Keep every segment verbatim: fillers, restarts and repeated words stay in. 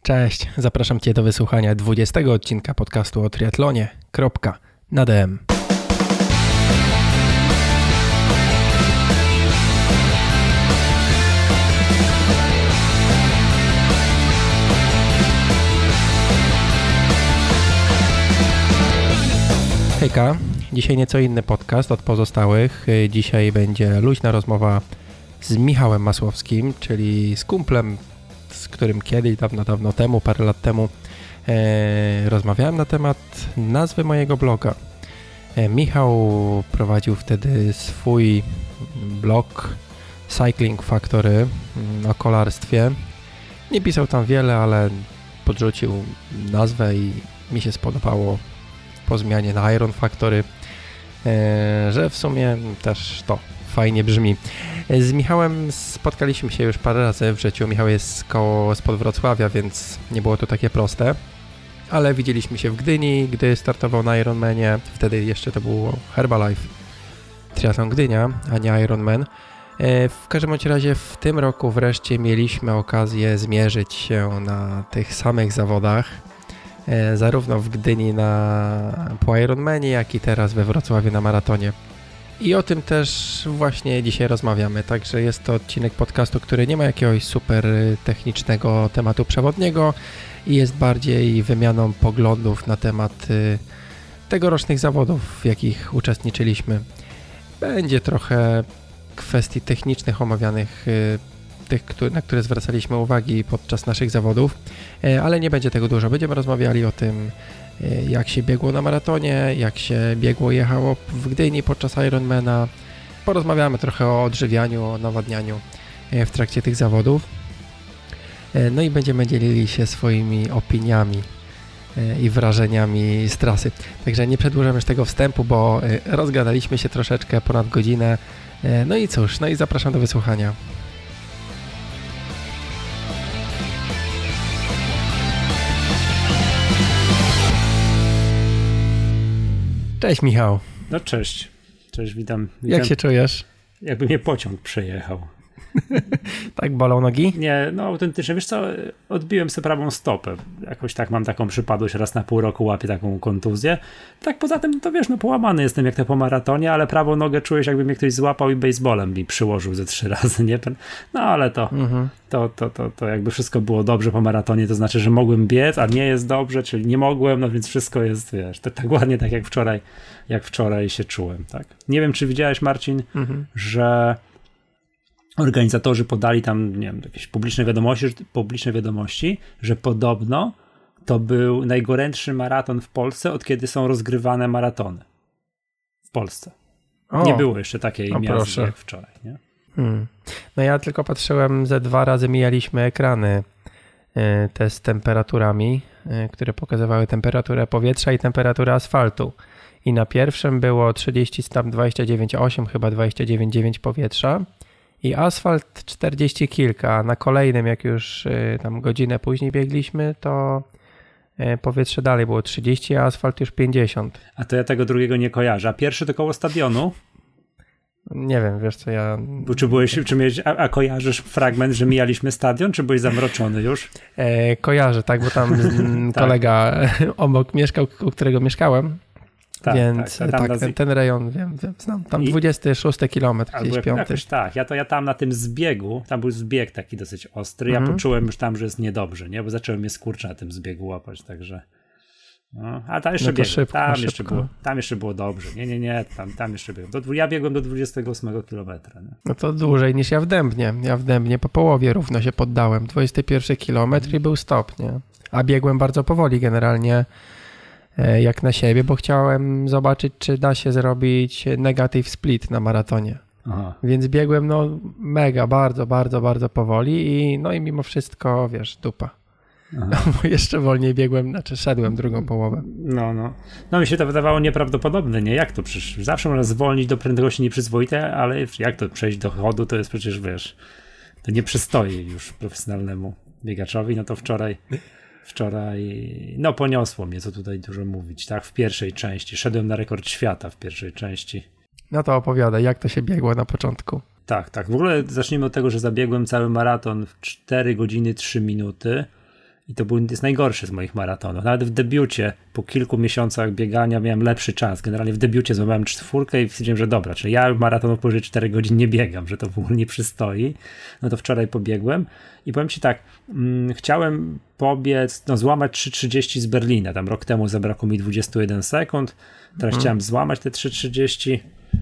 Cześć, zapraszam Cię do wysłuchania dwudziestego odcinka podcastu o triatlonie. Kropka. Na D M. Hejka, dzisiaj nieco inny podcast od pozostałych. Dzisiaj będzie luźna rozmowa z Michałem Masłowskim, czyli z kumplem, z którym kiedyś, dawno, dawno temu, parę lat temu e, rozmawiałem na temat nazwy mojego bloga. E, Michał prowadził wtedy swój blog Cycling Factory o kolarstwie. Nie pisał tam wiele, ale podrzucił nazwę i mi się spodobało po zmianie na Iron Factory, e, że w sumie też to fajnie brzmi. Z Michałem spotkaliśmy się już parę razy w życiu. Michał jest koło spod Wrocławia, więc nie było to takie proste. Ale widzieliśmy się w Gdyni, gdy startował na Ironmanie. Wtedy jeszcze to było Herbalife Triathlon Gdynia, a nie Ironman. W każdym bądź razie w tym roku wreszcie mieliśmy okazję zmierzyć się na tych samych zawodach. Zarówno w Gdyni na po Ironmanie, jak i teraz we Wrocławiu na maratonie. I o tym też właśnie dzisiaj rozmawiamy, także jest to odcinek podcastu, który nie ma jakiegoś super technicznego tematu przewodniego i jest bardziej wymianą poglądów na temat tegorocznych zawodów, w jakich uczestniczyliśmy. Będzie trochę kwestii technicznych omawianych, tych, na które zwracaliśmy uwagi podczas naszych zawodów, ale nie będzie tego dużo. Będziemy rozmawiali o tym, jak się biegło na maratonie, jak się biegło, jechało w Gdyni podczas Ironmana. Porozmawiamy trochę o odżywianiu, o nawadnianiu w trakcie tych zawodów. No i będziemy dzielili się swoimi opiniami i wrażeniami z trasy. Także nie przedłużam już tego wstępu, bo rozgadaliśmy się troszeczkę ponad godzinę. No i cóż, no i zapraszam do wysłuchania. Cześć Michał. No cześć. Cześć, witam. witam. Jak się czujesz? Jakby mnie pociąg przejechał. Tak bolą nogi? Nie, no autentycznie. Wiesz co, odbiłem sobie prawą stopę. Jakoś tak mam taką przypadłość, raz na pół roku łapię taką kontuzję. Tak poza tym, to wiesz, no połamany jestem jak to po maratonie, ale prawą nogę czuję, jakby mnie ktoś złapał i baseballem mi przyłożył ze trzy razy, nie? No ale to, mhm. to, to, to, to jakby wszystko było dobrze po maratonie, to znaczy, że mogłem biec, a nie jest dobrze, czyli nie mogłem, no więc wszystko jest, wiesz, to tak ładnie, tak jak wczoraj, jak wczoraj się czułem, tak. Nie wiem, czy widziałeś, Marcin, mhm. że organizatorzy podali tam, nie wiem, jakieś publiczne wiadomości, publiczne wiadomości, że podobno to był najgorętszy maraton w Polsce, od kiedy są rozgrywane maratony w Polsce. O, nie było jeszcze takiej miazdy jak wczoraj, nie? Hmm. No ja tylko patrzyłem, ze dwa razy mijaliśmy ekrany y, te z temperaturami, y, które pokazywały temperaturę powietrza i temperaturę asfaltu. I na pierwszym było trzydzieści, tam dwadzieścia dziewięć przecinek osiem, chyba dwadzieścia dziewięć przecinek dziewięć powietrza. I asfalt czterdzieści kilka, a na kolejnym, jak już y, tam godzinę później biegliśmy, to y, powietrze dalej było trzydzieści, a asfalt już pięćdziesiąt. A to ja tego drugiego nie kojarzę. A pierwszy to koło stadionu? Nie wiem, wiesz co ja... Bo czy byłeś, czy miałeś, a, a kojarzysz fragment, że mijaliśmy stadion, czy byłeś zamroczony już? E, kojarzę, tak, bo tam tak. kolega obok mieszkał, u którego mieszkałem. Tak, więc tak, tak ten, ten rejon, wiem, wiem znam, tam I, dwudziesty szósty kilometr, gdzieś piąty. Jakoś tak, ja to ja tam na tym zbiegu, tam był zbieg taki dosyć ostry, mm. ja poczułem już tam, że jest niedobrze, nie, bo zacząłem mnie skurcz na tym zbiegu łapać, także no, a tam jeszcze no biegłem, szybko, tam, jeszcze było, tam jeszcze było dobrze, nie, nie, nie, tam, tam jeszcze biegłem, do, ja biegłem do dwudziestego ósmego kilometra. Nie? No to dłużej niż ja w Dębnie, ja w Dębnie po połowie równo się poddałem, dwudziesty pierwszy kilometr mm. i był stop, nie, a biegłem bardzo powoli generalnie, jak na siebie, bo chciałem zobaczyć, czy da się zrobić negative split na maratonie. Aha. Więc biegłem no mega, bardzo, bardzo, bardzo powoli i no i mimo wszystko, wiesz, dupa. No, bo jeszcze wolniej biegłem, znaczy szedłem drugą połowę. No, no. No mi się to wydawało nieprawdopodobne, nie? Jak to przecież? Zawsze można zwolnić do prędkości nieprzyzwoitej, ale jak to przejść do chodu, to jest przecież, wiesz, to nie przystoi już profesjonalnemu biegaczowi, no to wczoraj Wczoraj, no poniosło mnie, co tutaj dużo mówić, tak, w pierwszej części. Szedłem na rekord świata w pierwszej części. No to opowiadaj, jak to się biegło na początku. Tak, tak. W ogóle zacznijmy od tego, że zabiegłem cały maraton w cztery godziny trzy minuty I to był jest najgorszy z moich maratonów. Nawet w debiucie, po kilku miesiącach biegania miałem lepszy czas. Generalnie w debiucie złamałem czwórkę i stwierdziłem, że dobra, czyli ja maratonów powyżej czterech godzin nie biegam, że to w ogóle nie przystoi. No to wczoraj pobiegłem i powiem ci tak, mm, chciałem pobiec, no złamać trzy trzydzieści z Berlina. Tam rok temu zabrakło mi dwadzieścia jeden sekund. Teraz hmm. chciałem złamać te trzy trzydzieści.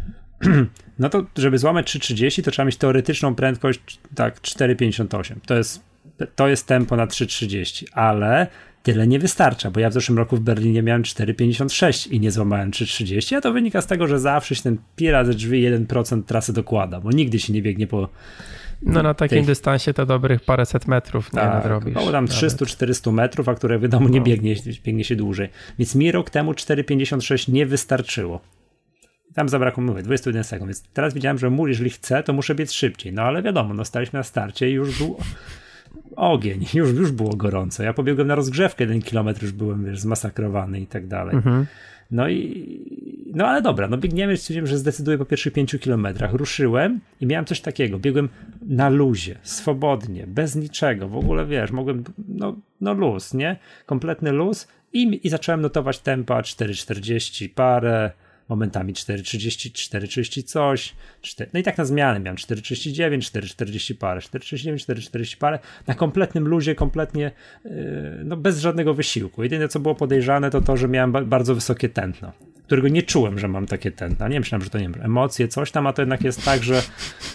No to żeby złamać trzy trzydzieści, to trzeba mieć teoretyczną prędkość tak cztery pięćdziesiąt osiem. To jest To jest tempo na trzy trzydzieści, ale tyle nie wystarcza, bo ja w zeszłym roku w Berlinie miałem cztery pięćdziesiąt sześć i nie złamałem trzy trzydzieści, a to wynika z tego, że zawsze się ten pi razy drzwi jeden procent trasy dokłada, bo nigdy się nie biegnie po... No na takim tej... dystansie to dobrych paręset metrów nie tak, nadrobisz. No tam trzysta czterysta metrów, a które wiadomo nie biegnie, biegnie się dłużej. Więc mi rok temu cztery pięćdziesiąt sześć nie wystarczyło. Tam zabrakło, mówię, dwadzieścia jeden sekund, więc teraz widziałem, że mu, jeżeli chcę, to muszę biec szybciej. No ale wiadomo, no staliśmy na starcie i już był... ogień, już, już było gorąco. Ja pobiegłem na rozgrzewkę, jeden kilometr już byłem, wiesz, zmasakrowany i tak dalej. Mhm. No i, no ale dobra, no biegniemy, stwierdziłem, że zdecyduję po pierwszych pięciu kilometrach. Ruszyłem i miałem coś takiego, biegłem na luzie, swobodnie, bez niczego, w ogóle, wiesz, mogłem, no, no luz, nie? Kompletny luz i, i zacząłem notować tempa cztery czterdzieści parę, momentami cztery trzydzieści, cztery trzydzieści coś, cztery, no i tak na zmianę miałem cztery trzydzieści dziewięć, cztery czterdzieści parę, cztery trzydzieści dziewięć, cztery czterdzieści parę, na kompletnym luzie, kompletnie yy, no bez żadnego wysiłku. Jedyne co było podejrzane to to, że miałem ba- bardzo wysokie tętno, którego nie czułem, że mam takie tętno. Nie myślałem, że to nie wiem, emocje, coś tam, a to jednak jest tak, że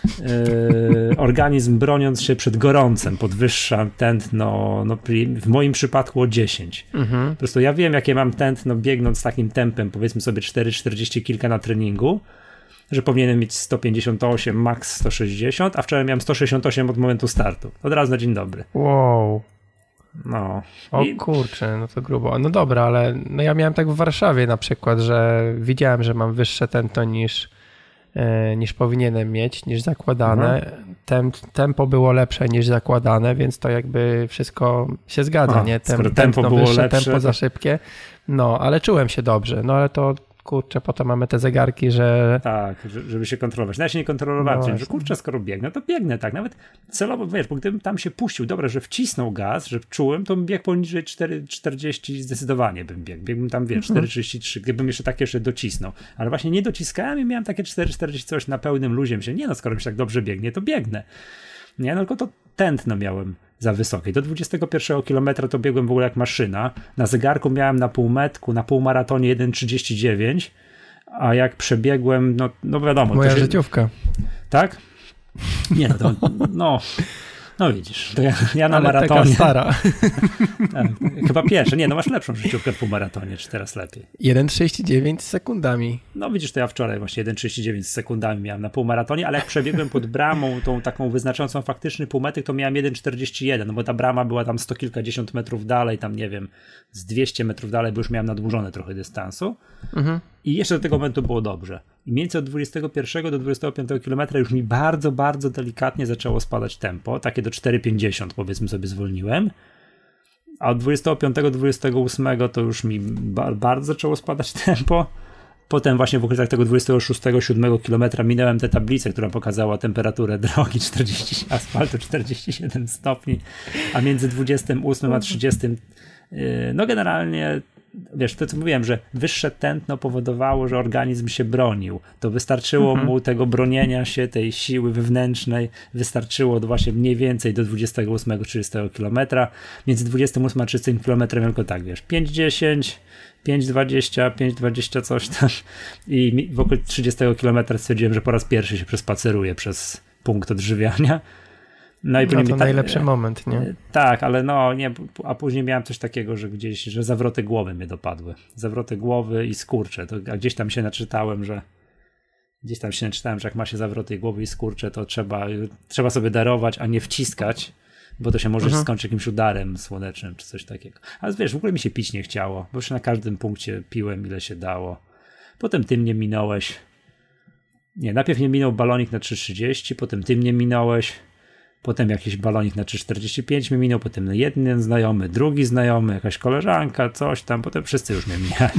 yy, organizm broniąc się przed gorącem podwyższa tętno, no w moim przypadku o dziesięć. Mhm. Po prostu ja wiem, jakie mam tętno biegnąc takim tempem, powiedzmy sobie cztery czterdzieści kilka na treningu, że powinienem mieć sto pięćdziesiąt osiem, max sto sześćdziesiąt, a wczoraj miałem sto sześćdziesiąt osiem od momentu startu. Od razu na dzień dobry. Wow. No. O I... kurczę, no to grubo. No dobra, ale no ja miałem tak w Warszawie na przykład, że widziałem, że mam wyższe tętno niż, e, niż powinienem mieć, niż zakładane. Mhm. Tem, tempo było lepsze niż zakładane, więc to jakby wszystko się zgadza, A, nie? Tem, tempo tempo było wyższe, lepsze, tempo za szybkie. No, ale czułem się dobrze. No ale to kurczę, potem mamy te zegarki, że... Tak, żeby się kontrolować. No ja się nie kontrolowałem, no że kurczę, skoro biegnę, to biegnę tak. Nawet celowo, wiesz, bo gdybym tam się puścił, dobra, że wcisnął gaz, że czułem, to bym biegł poniżej cztery czterdzieści, zdecydowanie bym biegł. Biegłbym tam, wiesz, cztery trzydzieści trzy, gdybym jeszcze tak jeszcze docisnął. Ale właśnie nie dociskałem i miałem takie cztery czterdzieści coś na pełnym luzie. Się, nie no, skoro mi się tak dobrze biegnie, to biegnę. Nie, no tylko to tętno miałem za wysokie. Do dwudziestego pierwszego kilometra to biegłem w ogóle jak maszyna. Na zegarku miałem na półmetku, na półmaratonie jeden trzydzieści dziewięć, a jak przebiegłem, no, no wiadomo. Moja to się... życiówka. Tak? Nie, no to, no... No widzisz, to ja, ja na ale maratonie. Taka stara. Tak, chyba pierwsze. Nie, no masz lepszą życiówkę w półmaratonie, czy teraz lepiej? jeden trzydzieści dziewięć z sekundami. No widzisz, to ja wczoraj właśnie jeden trzydzieści dziewięć z sekundami miałem na półmaratonie, ale jak przebiegłem pod bramą, tą taką wyznaczającą faktyczny półmetek, to miałem jeden czterdzieści jeden, no bo ta brama była tam sto kilkadziesiąt metrów dalej, tam nie wiem, z dwieście metrów dalej, bo już miałem nadłużone trochę dystansu. Mhm. I jeszcze do tego momentu było dobrze. I mniej więcej od dwudziestego pierwszego do dwudziestego piątego kilometra już mi bardzo, bardzo delikatnie zaczęło spadać tempo. Takie do cztery pięćdziesiąt powiedzmy sobie zwolniłem. A od dwudziestego piątego do dwudziestego ósmego to już mi ba- bardzo zaczęło spadać tempo. Potem właśnie w okolicach tego dwudziestego szóstego siódmego kilometra minąłem tę tablicę, która pokazała temperaturę drogi czterdzieści, asfaltu czterdzieści siedem stopni, a między dwudziestym ósmym a trzydziestym yy, no generalnie wiesz, to co mówiłem, że wyższe tętno powodowało, że organizm się bronił. To wystarczyło mhm. mu tego bronienia się, tej siły wewnętrznej, wystarczyło do właśnie mniej więcej do dwudziestego ósmego trzydziestego kilometra. Między dwudziestym ósmym a trzydziestym kilometrem tylko tak, wiesz, pięć dziesięć, pięć dwadzieścia, pięć dwadzieścia coś tam i w okolicy trzydziestego kilometra stwierdziłem, że po raz pierwszy się przespaceruję przez punkt odżywiania. No, i no to tak, najlepszy moment, nie? Tak, ale no, nie, a później miałem coś takiego, że gdzieś, że zawroty głowy mnie dopadły. Zawroty głowy i skurcze. To, a gdzieś tam się naczytałem, że gdzieś tam się naczytałem, że jak ma się zawroty głowy i skurcze, to trzeba, trzeba sobie darować, a nie wciskać, bo to się może mhm. skończyć jakimś udarem słonecznym, czy coś takiego. Ale wiesz, w ogóle mi się pić nie chciało, bo już na każdym punkcie piłem, ile się dało. Potem ty mnie minąłeś. Nie, najpierw mnie minął balonik na trzy trzydzieści, potem ty mnie minąłeś. Potem jakiś balonik na trzy czterdzieści pięć mi minął, potem jeden znajomy, drugi znajomy, jakaś koleżanka, coś tam, potem wszyscy już mnie mijali.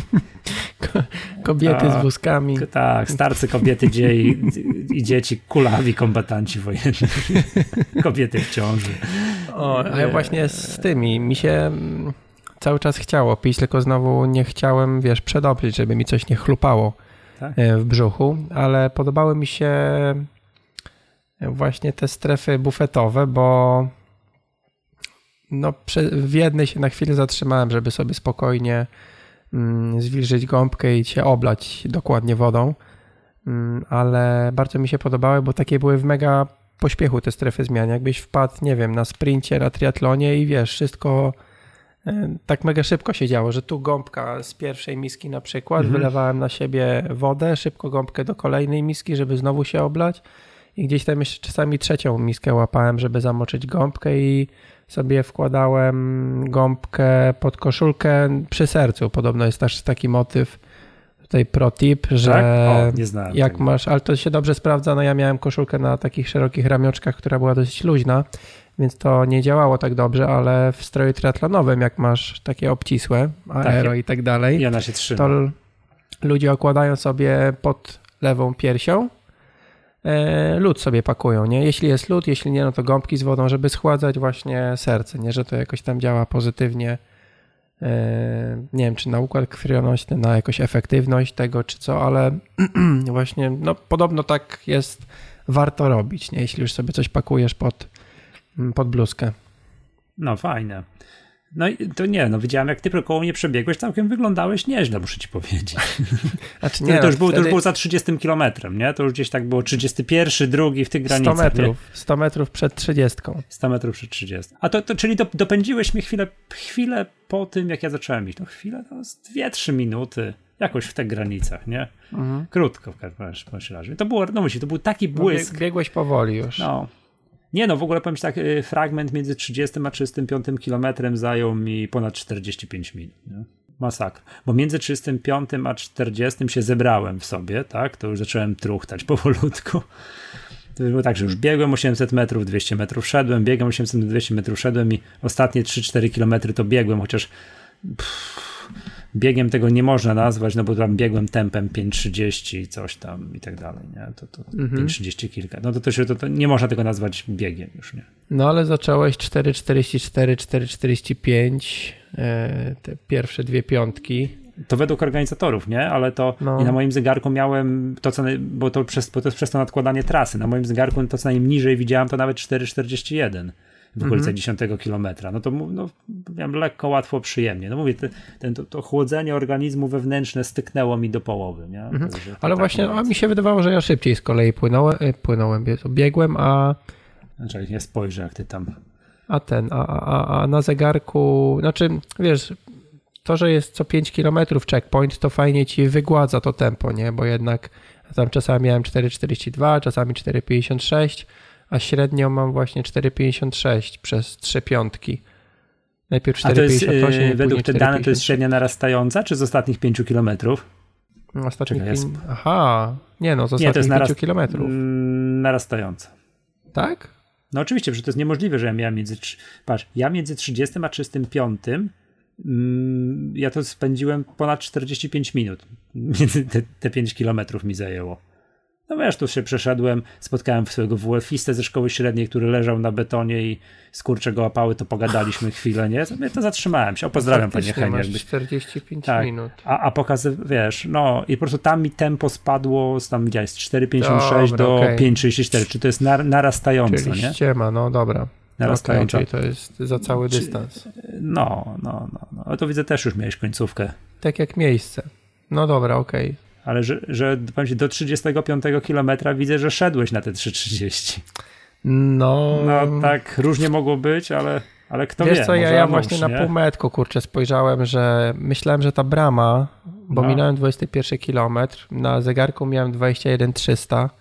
Kobiety A, z wózkami. Tak, starcy kobiety dzie i, i dzieci, kulawi kombatanci wojenni, kobiety w ciąży. O, a ja właśnie z tymi, mi się cały czas chciało pić, tylko znowu nie chciałem, wiesz, przedoblić, żeby mi coś nie chlupało tak? w brzuchu, ale podobały mi się właśnie te strefy bufetowe, bo no, w jednej się na chwilę zatrzymałem, żeby sobie spokojnie mm, zwilżyć gąbkę i się oblać dokładnie wodą, mm, ale bardzo mi się podobały, bo takie były w mega pośpiechu te strefy zmian. Jakbyś wpadł, nie wiem, na sprincie, na triatlonie i wiesz, wszystko y, tak mega szybko się działo, że tu gąbka z pierwszej miski na przykład, mhm. wylewałem na siebie wodę, szybko gąbkę do kolejnej miski, żeby znowu się oblać i gdzieś tam jeszcze czasami trzecią miskę łapałem, żeby zamoczyć gąbkę i sobie wkładałem gąbkę pod koszulkę przy sercu. Podobno jest też taki motyw, tutaj pro tip, że tak? O, nie znałem jak tego. masz, ale to się dobrze sprawdza, no ja miałem koszulkę na takich szerokich ramionczkach, która była dosyć luźna, więc to nie działało tak dobrze, ale w stroju triatlonowym, jak masz takie obcisłe, aero i tak dalej, i ona się trzyma. To ludzie okładają sobie pod lewą piersią, lód sobie pakują, nie? Jeśli jest lód, jeśli nie, no to gąbki z wodą, żeby schładzać właśnie serce, nie? Że to jakoś tam działa pozytywnie. Nie wiem, czy na układ krwionośny, na jakąś efektywność tego, czy co, ale właśnie, no podobno tak jest, warto robić, nie? Jeśli już sobie coś pakujesz pod, pod bluzkę. No fajne. No i to nie, no widziałem jak ty koło mnie przebiegłeś, całkiem wyglądałeś nieźle, muszę ci powiedzieć. Znaczy nie, to, to, już był, wtedy... to już było za trzydziestym kilometrem, nie? To już gdzieś tak było trzydziesty pierwszy, drugi w tych granicach. sto metrów, nie? sto metrów przed trzydziestką. sto metrów przed trzydziestką. A to, to czyli do, dopędziłeś mnie chwilę, chwilę po tym, jak ja zacząłem iść. No chwilę, to z dwie trzy minuty, jakoś w tych granicach, nie? Mhm. Krótko w każdym razie. To było, no myślę, to był taki błysk. No, biegłeś powoli już. No. Nie no, w ogóle powiem ci tak, fragment między trzydziestym a trzydziestym piątym kilometrem zajął mi ponad czterdzieści pięć minut. Nie? Masakra. Bo między trzydziestym piątym a czterdziestym się zebrałem w sobie, tak? To już zacząłem truchtać powolutku. To było tak, że już biegłem osiemset metrów, dwieście metrów szedłem, biegłem osiemset, dwieście metrów szedłem i ostatnie trzy cztery kilometry to biegłem, chociaż pff, biegiem tego nie można nazwać, no bo tam biegłem tempem pięć trzydzieści coś tam i tak dalej, nie? To, to mhm. pięć trzydzieści kilka. No to, to, się, to, to nie można tego nazwać biegiem już, nie? No ale zacząłeś cztery czterdzieści cztery, cztery czterdzieści pięć, e, te pierwsze dwie piątki. To według organizatorów, nie? Ale to no. I na moim zegarku miałem to, co, bo to, przez, bo to jest przez to nadkładanie trasy. Na moim zegarku to, co najniżej widziałem, to nawet cztery czterdzieści jeden. W okolice mm-hmm. dziesiątego kilometra. No to no, miałem lekko, łatwo, przyjemnie. No mówię, te, ten, to, to chłodzenie organizmu wewnętrzne styknęło mi do połowy. Nie? Mm-hmm. To, to ale tak właśnie a mi się wydawało, że ja szybciej z kolei płynąłem, płynąłem biegłem, a... Znaczy, nie spojrzę, jak ty tam... A ten, a, a, a na zegarku... Znaczy, wiesz, to, że jest co pięć kilometrów checkpoint, to fajnie ci wygładza to tempo, nie? Bo jednak tam czasami miałem cztery czterdzieści dwa, czasami cztery pięćdziesiąt sześć, a średnio mam właśnie cztery pięćdziesiąt sześć przez trzy piątki. Najpierw cztery pięćdziesiąt osiem, yy, według te dane to jest średnia narastająca, czy z ostatnich pięciu kilometrów? Ostatnich pięć... Aha, nie no, z ostatnich nie, pięciu narast... kilometrów. Narastająca. Tak? No oczywiście, że to jest niemożliwe, że ja miałem między... Patrz, ja między trzydziestym a trzydziestym piątym mm, ja to spędziłem ponad czterdzieści pięć minut. Między te, te pięć kilometrów mi zajęło. No wiesz, tu się przeszedłem, spotkałem swojego W F-istę ze szkoły średniej, który leżał na betonie i skurcze go łapały, to pogadaliśmy chwilę, nie? Ja to zatrzymałem się. O, pozdrawiam panie Henie. Masz czterdzieści pięć tak. minut. A, a pokazy, wiesz, no i po prostu tam mi tempo spadło z tam widziałeś z cztery pięćdziesiąt sześć do okay. pięć trzydzieści cztery. Czy to jest nar- narastające, Czyli nie? ściema, no dobra. Narastająca. Okay, czyli to jest za cały Czy, dystans. No, no, no, no. Ale to widzę też już miałeś końcówkę. Tak jak miejsce. No dobra, okej. Okay. Ale że, że do trzydziestego piątego kilometra widzę, że szedłeś na te trzy trzydzieści. No... No tak, różnie mogło być, ale, ale kto Wiesz wie. co, ja, ja właśnie nie? na półmetku, kurczę, spojrzałem, że myślałem, że ta brama, bo no. minąłem dwudziesty pierwszy kilometr, na zegarku miałem dwadzieścia jeden trzysta,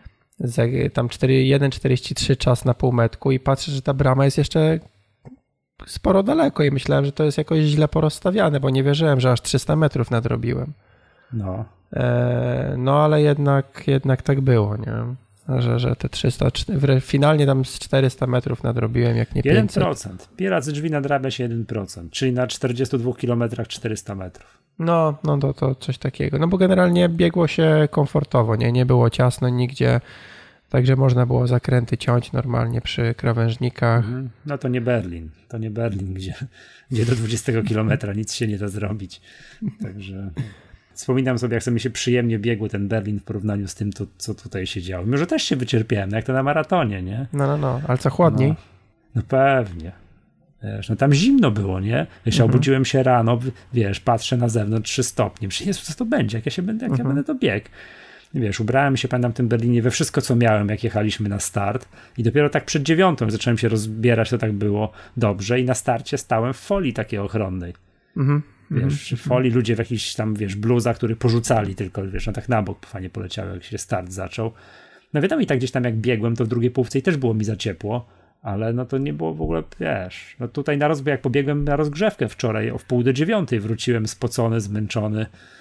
tam jeden czterdzieści trzy czas na półmetku i patrzę, że ta brama jest jeszcze sporo daleko i myślałem, że to jest jakoś źle porozstawiane, bo nie wierzyłem, że aż trzysta metrów nadrobiłem. No. No ale jednak, jednak tak było, nie? Że, że te trzysta, finalnie tam z czterysta metrów nadrobiłem, jak nie pięćset. jeden procent. Piera ze drzwi nadrabia się jeden procent, czyli na czterdziestu dwóch kilometrach czterysta metrów. No, no to, to coś takiego. No bo generalnie biegło się komfortowo, nie? Nie było ciasno nigdzie. Także można było zakręty ciąć normalnie przy krawężnikach. Mhm. No to nie Berlin. To nie Berlin, gdzie, gdzie do dwudziestego kilometra nic się nie da zrobić. Także wspominam sobie, jak sobie się przyjemnie biegło ten Berlin w porównaniu z tym, to, co tutaj się działo. Może też się wycierpiałem, jak to na maratonie, nie? No, no, no. Ale co chłodniej? No, no pewnie. Wiesz, no tam zimno było, nie? Wiesz, mhm. obudziłem się rano, wiesz, patrzę na zewnątrz trzy stopnie. Przecież Jezu, co to będzie? Jak ja się będę, jak mhm. ja będę to biegł? Wiesz, ubrałem się, pamiętam, w tym Berlinie we wszystko, co miałem, jak jechaliśmy na start i dopiero tak przed dziewiątą zacząłem się rozbierać, to tak było dobrze i na starcie stałem w folii takiej ochronnej. Mhm. Wiesz, w folii ludzie w jakichś tam, wiesz, bluzach, które porzucali tylko, wiesz, no tak na bok fajnie poleciały, jak się start zaczął. No wiadomo, i tak gdzieś tam jak biegłem, to w drugiej połówce i też było mi za ciepło, ale no to nie było w ogóle, wiesz, no tutaj na roz, jak pobiegłem na rozgrzewkę wczoraj o wpół do dziewiątej, wróciłem spocony, zmęczony.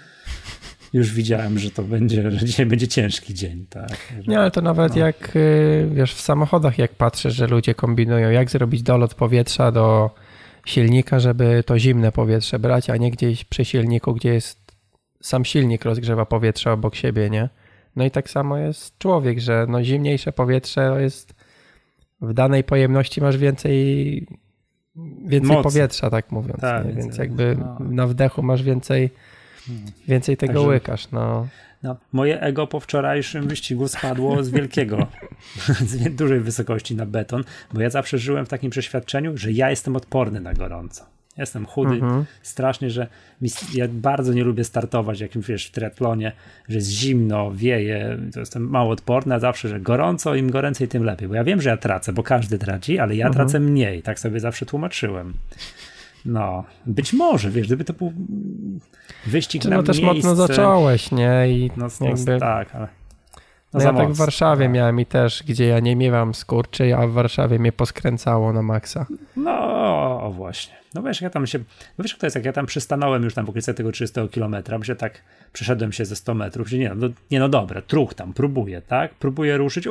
Już widziałem, że to będzie, że dzisiaj będzie ciężki dzień, tak. Że, nie, ale to nawet no. jak, wiesz, w samochodach, jak patrzę, że ludzie kombinują, jak zrobić dolot powietrza do silnika, żeby to zimne powietrze brać, a nie gdzieś przy silniku, gdzie jest sam silnik rozgrzewa powietrze obok siebie, nie? No i tak samo jest człowiek, że no zimniejsze powietrze jest w danej pojemności masz więcej więcej Mocy. powietrza, tak mówiąc, tak, więc, więc jakby no. na wdechu masz więcej Więcej tego Także, łykasz, no. no. Moje ego po wczorajszym wyścigu spadło z wielkiego, z dużej wysokości na beton, bo ja zawsze żyłem w takim przeświadczeniu, że ja jestem odporny na gorąco. Jestem chudy, mhm. strasznie, że mi, ja bardzo nie lubię startować jakimś, wiesz, w triatlonie, że jest zimno, wieje, to jestem mało odporny, a zawsze, że gorąco, im goręcej, tym lepiej, bo ja wiem, że ja tracę, bo każdy traci, ale ja mhm. tracę mniej, tak sobie zawsze tłumaczyłem. No, być może, wiesz, gdyby to był wyścig Czy na no miejsce... też mocno zacząłeś, nie? I no, no jakby... tak, ale... No, no ja tak w Warszawie tak. miałem i też, gdzie ja nie miewam skurczy, a w Warszawie mnie poskręcało na maksa. No, o właśnie. No wiesz, jak ja tam się... No wiesz, jak to jest, jak ja tam przystanąłem już tam w okolicy tego trzydziestego kilometra, bo się tak przeszedłem się ze sto metrów, że nie no, nie no dobra, truch tam, próbuję, tak? Próbuję ruszyć,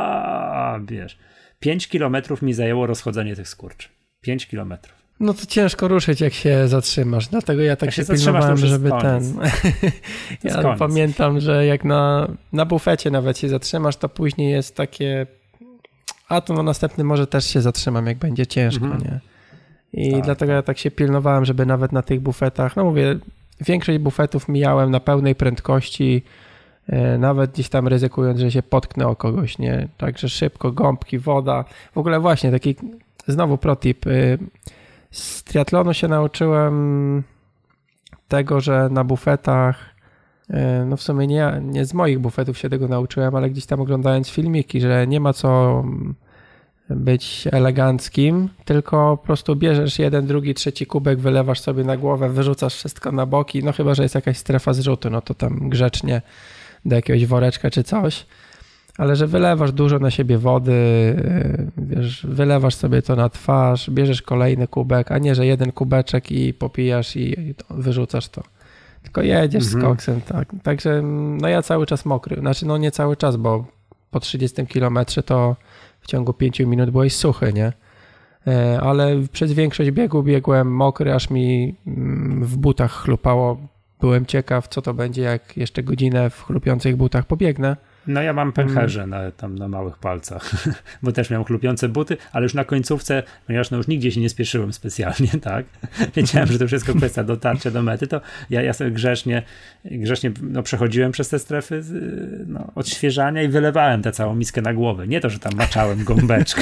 Ua, wiesz. pięć kilometrów mi zajęło rozchodzenie tych skurczy. pięć kilometrów. No to ciężko ruszyć, jak się zatrzymasz, dlatego ja tak jak się, się pilnowałem, żeby ten... ja koniec. Pamiętam, że jak na, na bufecie nawet się zatrzymasz, to później jest takie... A to no następny może też się zatrzymam, jak będzie ciężko, mhm. nie? I tak, dlatego tak. ja tak się pilnowałem, żeby nawet na tych bufetach, no mówię, większość bufetów mijałem na pełnej prędkości, nawet gdzieś tam ryzykując, że się potknę o kogoś, nie? Także szybko, gąbki, woda. W ogóle właśnie taki, znowu protip, z triatlonu się nauczyłem tego, że na bufetach, no w sumie nie, nie z moich bufetów się tego nauczyłem, ale gdzieś tam oglądając filmiki, że nie ma co być eleganckim, tylko po prostu bierzesz jeden, drugi, trzeci kubek, wylewasz sobie na głowę, wyrzucasz wszystko na boki, no chyba, że jest jakaś strefa zrzutu, no to tam grzecznie do jakiegoś woreczka czy coś. Ale że wylewasz dużo na siebie wody, wiesz, wylewasz sobie to na twarz, bierzesz kolejny kubek, a nie, że jeden kubeczek i popijasz i wyrzucasz to. Tylko jedziesz mhm. z koksem, tak. Także no ja cały czas mokry, znaczy no nie cały czas, bo po trzydziestym kilometrze to w ciągu pięciu minut byłeś suchy, nie? Ale przez większość biegu biegłem mokry, aż mi w butach chlupało. Byłem ciekaw, co to będzie, jak jeszcze godzinę w chlupiących butach pobiegnę. No ja mam pęcherze na, tam na małych palcach, bo też miałem chlupiące buty, ale już na końcówce, ponieważ no już nigdzie się nie spieszyłem specjalnie, tak? Wiedziałem, że to wszystko kwestia dotarcia do mety, to ja, ja sobie grzecznie, grzecznie no, przechodziłem przez te strefy no, odświeżania i wylewałem tę całą miskę na głowę. Nie to, że tam maczałem gąbeczkę.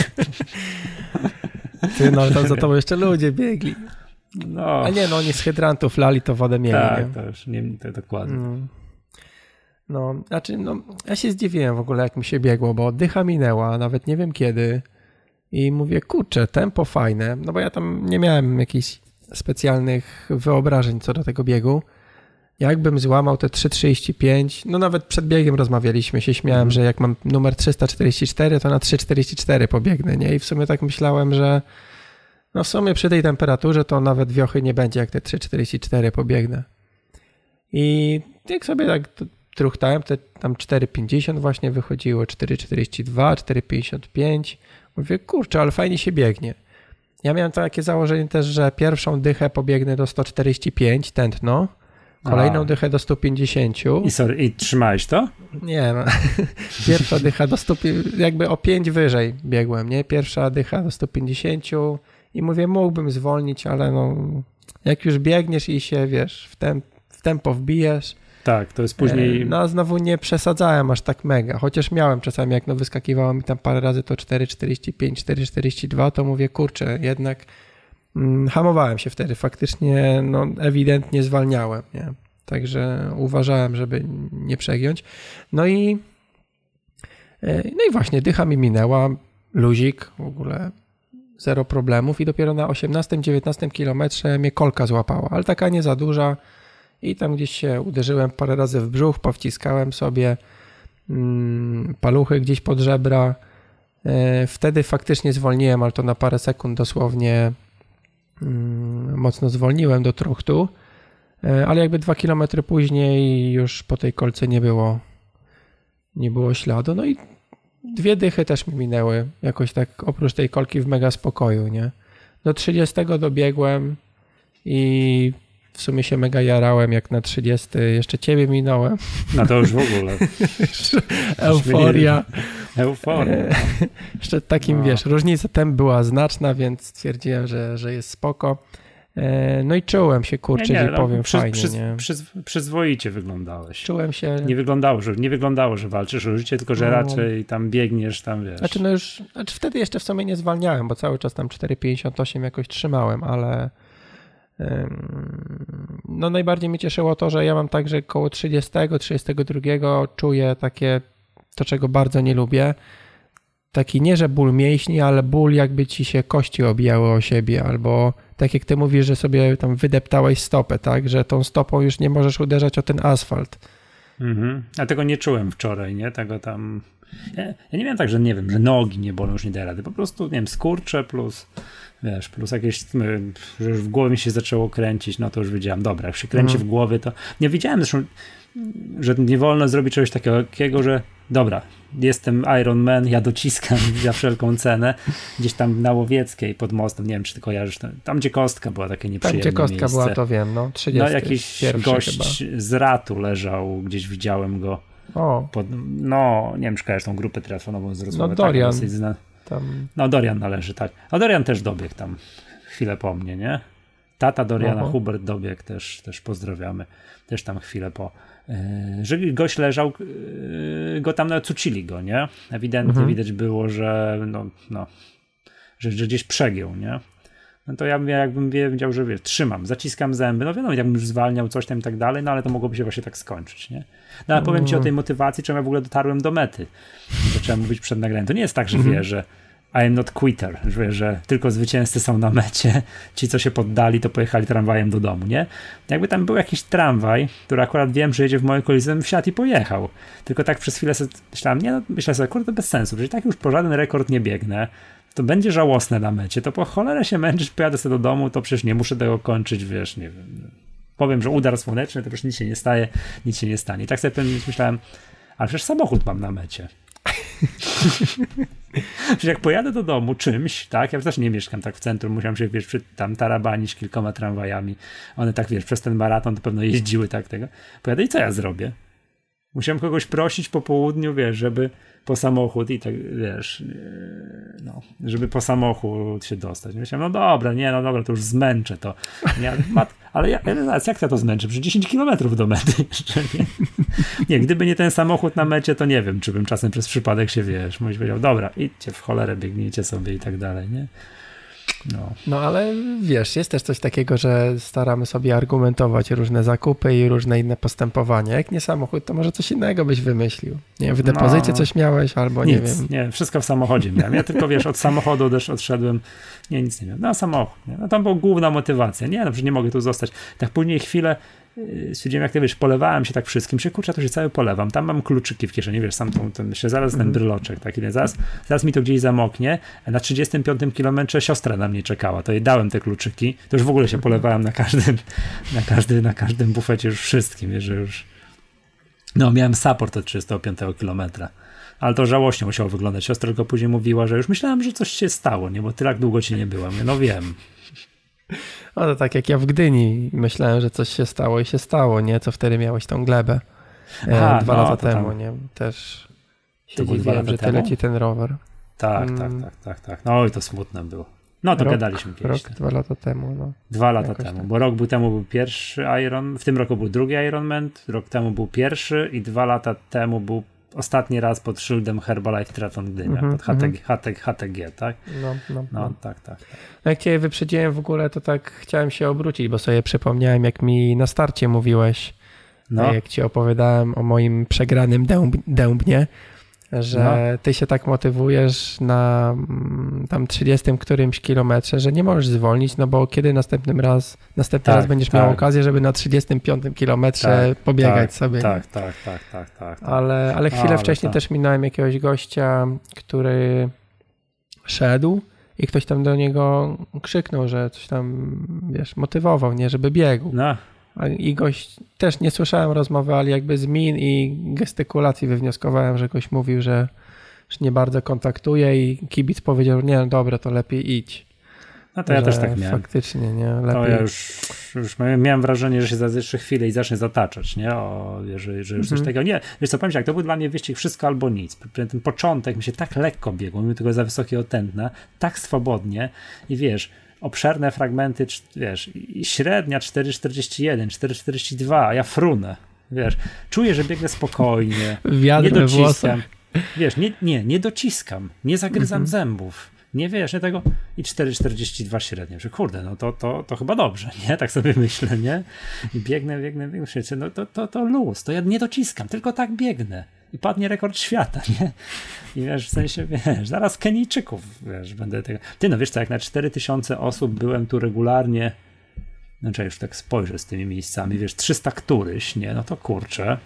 Ty, no to za tobą jeszcze ludzie biegli. No. A nie, no oni z hydrantów lali, to wodę mieli. Tak, nie? to już nie, to dokładnie. Mm. No, znaczy, no, ja się zdziwiłem w ogóle, jak mi się biegło, bo dycha minęła, nawet nie wiem kiedy i mówię, kurczę, tempo fajne, no bo ja tam nie miałem jakichś specjalnych wyobrażeń co do tego biegu. Jakbym złamał te trzy trzydzieści pięć, no nawet przed biegiem rozmawialiśmy, się śmiałem, mm. że jak mam numer trzysta czterdzieści cztery, to na trzy czterdzieści cztery pobiegnę, nie? I w sumie tak myślałem, że no w sumie przy tej temperaturze to nawet wiochy nie będzie, jak te trzy czterdzieści cztery pobiegnę. I jak sobie tak truchtałem, te tam cztery pięćdziesiąt właśnie wychodziło, cztery czterdzieści dwa, cztery pięćdziesiąt pięć. Mówię, kurczę, ale fajnie się biegnie. Ja miałem takie założenie też, że pierwszą dychę pobiegnę do sto czterdzieści pięć tętno, Kolejną A. dychę do stu pięćdziesięciu. I, sorry, i trzymałeś to? Nie, no. Pierwsza dycha do stu, jakby o pięć wyżej biegłem, nie? Pierwsza dycha do stu pięćdziesięciu i mówię, mógłbym zwolnić, ale no, jak już biegniesz i się, wiesz, w, tem, w tempo wbijesz. Tak, to jest później... No, znowu nie przesadzałem aż tak mega, chociaż miałem czasami, jak no wyskakiwało mi tam parę razy to cztery czterdzieści pięć, cztery czterdzieści dwa, to mówię, kurczę, jednak mm, hamowałem się wtedy, faktycznie, no, ewidentnie zwalniałem, nie? Także uważałem, żeby nie przegiąć. No i no i właśnie, dycha mi minęła, luzik, w ogóle zero problemów i dopiero na osiemnastym dziewiętnastym kilometrze mnie kolka złapała, ale taka nie za duża i tam gdzieś się uderzyłem parę razy w brzuch, powciskałem sobie mm, paluchy gdzieś pod żebra. Wtedy faktycznie zwolniłem, ale to na parę sekund dosłownie mm, mocno zwolniłem do truchtu. Ale jakby dwa kilometry później już po tej kolce nie było, nie było śladu. No i dwie dychy też mi minęły, jakoś tak oprócz tej kolki w mega spokoju, nie? Do trzydziestego dobiegłem i w sumie się mega jarałem, jak na trzydziesty jeszcze ciebie minąłem. No to już w ogóle. Euforia. Euforia. Jeszcze takim, no. wiesz, różnica temp była znaczna, więc stwierdziłem, że, że jest spoko. No i czułem się, kurczę, nie, nie, no, powiem przy, fajnie. Przyz, nie? Przyz, przyzwoicie wyglądałeś. Czułem się... Nie wyglądało, że, nie wyglądało, że walczysz o życie, tylko że no. raczej tam biegniesz, tam wiesz. Znaczy no już, znaczy wtedy jeszcze w sumie nie zwalniałem, bo cały czas tam cztery pięćdziesiąt osiem jakoś trzymałem, ale ym, no najbardziej mnie cieszyło to, że ja mam tak, że koło trzydziestego, trzydziestego drugiego czuję takie, to czego bardzo nie lubię, taki nie, że ból mięśni, ale ból jakby ci się kości obijały o siebie, albo tak jak ty mówisz, że sobie tam wydeptałeś stopę, tak, że tą stopą już nie możesz uderzać o ten asfalt. Mhm. A tego nie czułem wczoraj, nie? Tego tam... Ja, ja nie miałem tak, że nie wiem, że nogi nie bolą, już nie da rady. Po prostu, nie wiem, skurcze plus, wiesz, plus jakieś, że już w głowie mi się zaczęło kręcić, no to już wiedziałem, dobra, jak się kręci mhm. w głowie, to... Nie wiedziałem zresztą, że nie wolno zrobić czegoś takiego, że dobra, jestem Iron Man, ja dociskam za wszelką cenę, gdzieś tam na Łowieckiej pod mostem, nie wiem, czy ty kojarzysz, tam gdzie Kostka była takie nieprzyjemne miejsce. Tam gdzie Kostka miejsce. była, to wiem, no, trzydziesty No jakiś gość chyba. z Ratu leżał, gdzieś widziałem go. O. Pod, no, nie wiem, czy kojarzysz tą grupę triathlonową z Wrocławia. No Dorian. Tak, zna... tam... No Dorian należy, tak. A Dorian też dobiegł tam chwilę po mnie, nie? Tata Doriana, Oho. Hubert dobiegł, też, też pozdrawiamy. Też tam chwilę po... Że gość leżał, go tam nawet cucili go, nie? Ewidentnie mhm. widać było, że no, no że, że gdzieś przegiął, nie? No to ja bym, jakbym wiedział, że wiesz, trzymam, zaciskam zęby, no wiadomo, jakbym już zwalniał coś tam i tak dalej, no ale to mogłoby się właśnie tak skończyć, nie? No ale powiem ci o tej motywacji, czemu ja w ogóle dotarłem do mety. Zacząłem mówić przed nagraniem. To nie jest tak, że mhm. wiesz, że I am not quitter, że, że tylko zwycięzcy są na mecie, ci co się poddali to pojechali tramwajem do domu, nie? Jakby tam był jakiś tramwaj, który akurat wiem, że jedzie w mojej okolicy, bym wsiadł i pojechał. Tylko tak przez chwilę sobie myślałem, nie no, myślę sobie, kurde, to bez sensu, że tak już po żaden rekord nie biegnę, to będzie żałosne na mecie, to po cholerę się męczyć, pojadę sobie do domu, to przecież nie muszę tego kończyć, wiesz, nie wiem. Powiem, że udar słoneczny, to przecież nic się nie staje, nic się nie stanie. I tak sobie myślałem, ale przecież samochód mam na mecie. Przecież jak pojadę do domu czymś, tak, ja też nie mieszkam tak w centrum, musiałem się, wiesz, przy, tam tarabanić kilkoma tramwajami, one tak, wiesz, przez ten maraton to pewno jeździły tak tego, pojadę i co ja zrobię? Musiałem kogoś prosić po południu, wiesz, żeby po samochód i tak, wiesz, no, żeby po samochód się dostać. Myślałem, no dobra, nie, no dobra, to już zmęczę to. Nie, mat, ale ja, jak ja to zmęczę? Przecież dziesięć kilometrów do mety jeszcze, nie? Nie, gdyby nie ten samochód na mecie, to nie wiem, czy bym czasem przez przypadek się, wiesz, mój powiedział, dobra, idźcie w cholerę, biegnijcie sobie i tak dalej, nie? No. no ale wiesz, jest też coś takiego, że staramy sobie argumentować różne zakupy i różne inne postępowania. Jak nie samochód, to może coś innego byś wymyślił. Nie wiem, w depozycie no, coś miałeś albo nic, nie wiem. Nie, wszystko w samochodzie miałem. Ja tylko, wiesz, od samochodu też odszedłem. Nie, nic nie miałem. No samochód. Nie? No tam była główna motywacja. Nie, no przecież nie mogę tu zostać. Tak później chwilę stwierdziłem, jak ty wiesz, polewałem się tak wszystkim, się kurczę, to się cały polewam, tam mam kluczyki w kieszeni, wiesz, sam tą, ten, jeszcze zaraz ten bryloczek taki, zaraz, zaraz mi to gdzieś zamoknie, a na trzydziestym piątym kilometrze siostra na mnie czekała, to jej dałem te kluczyki, to już w ogóle się polewałem na każdym, na każdy, na każdym bufecie już wszystkim, wiesz, że już no, miałem support od trzydziestego piątego kilometra, ale to żałośnie musiało wyglądać, siostra tylko później mówiła, że już myślałem, że coś się stało, nie, bo tyle jak długo ci nie byłem, no wiem. No to tak jak ja w Gdyni myślałem, że coś się stało i się stało, nie? Co wtedy miałeś tą glebę Aha, dwa no, lata temu, tam... nie? Też się dziwiłem, że tyle ci ten rower. Tak, hmm. tak, tak, tak, tak. No i to smutne było. No to rok, gadaliśmy kiedyś. Rok, dwa lata temu, no. Dwa lata Jakoś temu, tak. Bo rok był temu był pierwszy Iron, w tym roku był drugi Ironman, rok temu był pierwszy i dwa lata temu był ostatni raz pod szyldem Herbalife Triathlon Gdynia, mm-hmm, pod H T G, H T G, H T G, tak? No, no, no, no. tak, tak, tak. No jak cię wyprzedziłem w ogóle, to tak chciałem się obrócić, bo sobie przypomniałem, jak mi na starcie mówiłeś, no. jak ci opowiadałem o moim przegranym dęb- dębnie, że no. ty się tak motywujesz na tam trzydziestym którymś kilometrze, że nie możesz zwolnić, no bo kiedy następnym raz, następny tak, raz będziesz tak. miał okazję, żeby na trzydziestym piątym kilometrze tak, pobiegać tak, sobie. Tak, tak, tak, tak, tak, tak. Ale, ale chwilę ale wcześniej tak. też minąłem jakiegoś gościa, który szedł i ktoś tam do niego krzyknął, że coś tam, wiesz, motywował, nie, żeby biegł. No. I gość, też nie słyszałem rozmowy, ale jakby z min i gestykulacji wywnioskowałem, że gość mówił, że już nie bardzo kontaktuje i kibic powiedział, nie, no dobra, to lepiej idź. No to ja też tak miałem. Faktycznie, nie, lepiej. To ja już, już miałem wrażenie, że się za jeszcze chwilę i zacznie zataczać, nie, o, że, że już coś mm-hmm. takiego, nie, wiesz co, powiem ci, jak to był dla mnie wyścig wszystko albo nic. Ten początek mi się tak lekko biegło, mimo tego za wysokiego tętna, tak swobodnie i wiesz, obszerne fragmenty, wiesz, i średnia cztery czterdzieści jeden, cztery czterdzieści dwa, a ja frunę, wiesz, czuję, że biegnę spokojnie, Wiatr nie dociskam, wiesz, nie, nie, nie dociskam, nie zagryzam mm-hmm. zębów, nie wiesz, nie tego i cztery czterdzieści dwa średnie, że kurde, no to, to, to chyba dobrze, nie, tak sobie myślę, nie, i biegnę, biegnę, biegnę, no to, to, to luz, to ja nie dociskam, tylko tak biegnę. I padnie rekord świata, nie? I wiesz, w sensie, wiesz, zaraz Kenijczyków, wiesz, będę tego... Ty, no wiesz co, jak na cztery tysiące osób byłem tu regularnie, no czy już tak spojrzę z tymi miejscami, wiesz, trzysta któryś, nie? No to kurczę,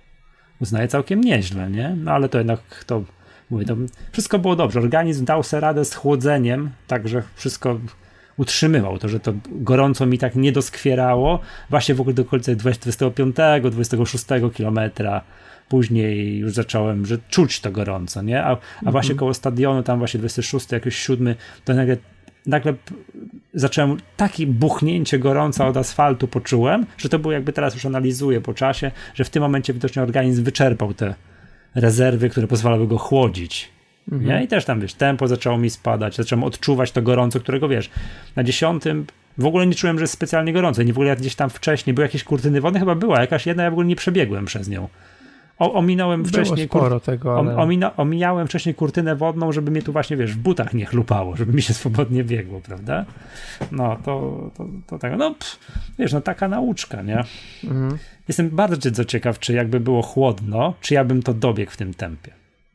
uznaję całkiem nieźle, nie? No ale to jednak, to mówię, to wszystko było dobrze. Organizm dał sobie radę z chłodzeniem, także wszystko utrzymywał to, że to gorąco mi tak nie doskwierało, właśnie w ogóle do okolicy dwudziestego piątego, dwudziestego szóstego kilometra. Później już zacząłem, że czuć to gorąco, nie? A, a mm-hmm. właśnie koło stadionu, tam właśnie dwudziesty szósty, jakiś siódmy, to nagle, nagle zacząłem takie buchnięcie gorąca od asfaltu poczułem, że to było jakby teraz już analizuję po czasie, że w tym momencie widocznie organizm wyczerpał te rezerwy, które pozwalały go chłodzić. Mm-hmm. Nie? I też tam, wiesz, tempo zaczęło mi spadać, zacząłem odczuwać to gorąco, którego, wiesz, na dziesiątym w ogóle nie czułem, że jest specjalnie gorąco. Nie w ogóle jak gdzieś tam wcześniej były jakieś kurtyny wodne, chyba była jakaś jedna, ja w ogóle nie przebiegłem przez nią. O, ominąłem Było wcześniej sporo kur... tego, ale... omina... omijałem wcześniej kurtynę wodną, żeby mnie tu właśnie, wiesz, w butach nie chlupało, żeby mi się swobodnie biegło, prawda? No, to, to, to tak, no, pff, wiesz, no taka nauczka, nie? Mhm. Jestem bardzo ciekaw, czy jakby było chłodno, czy ja bym to dobiegł w tym tempie.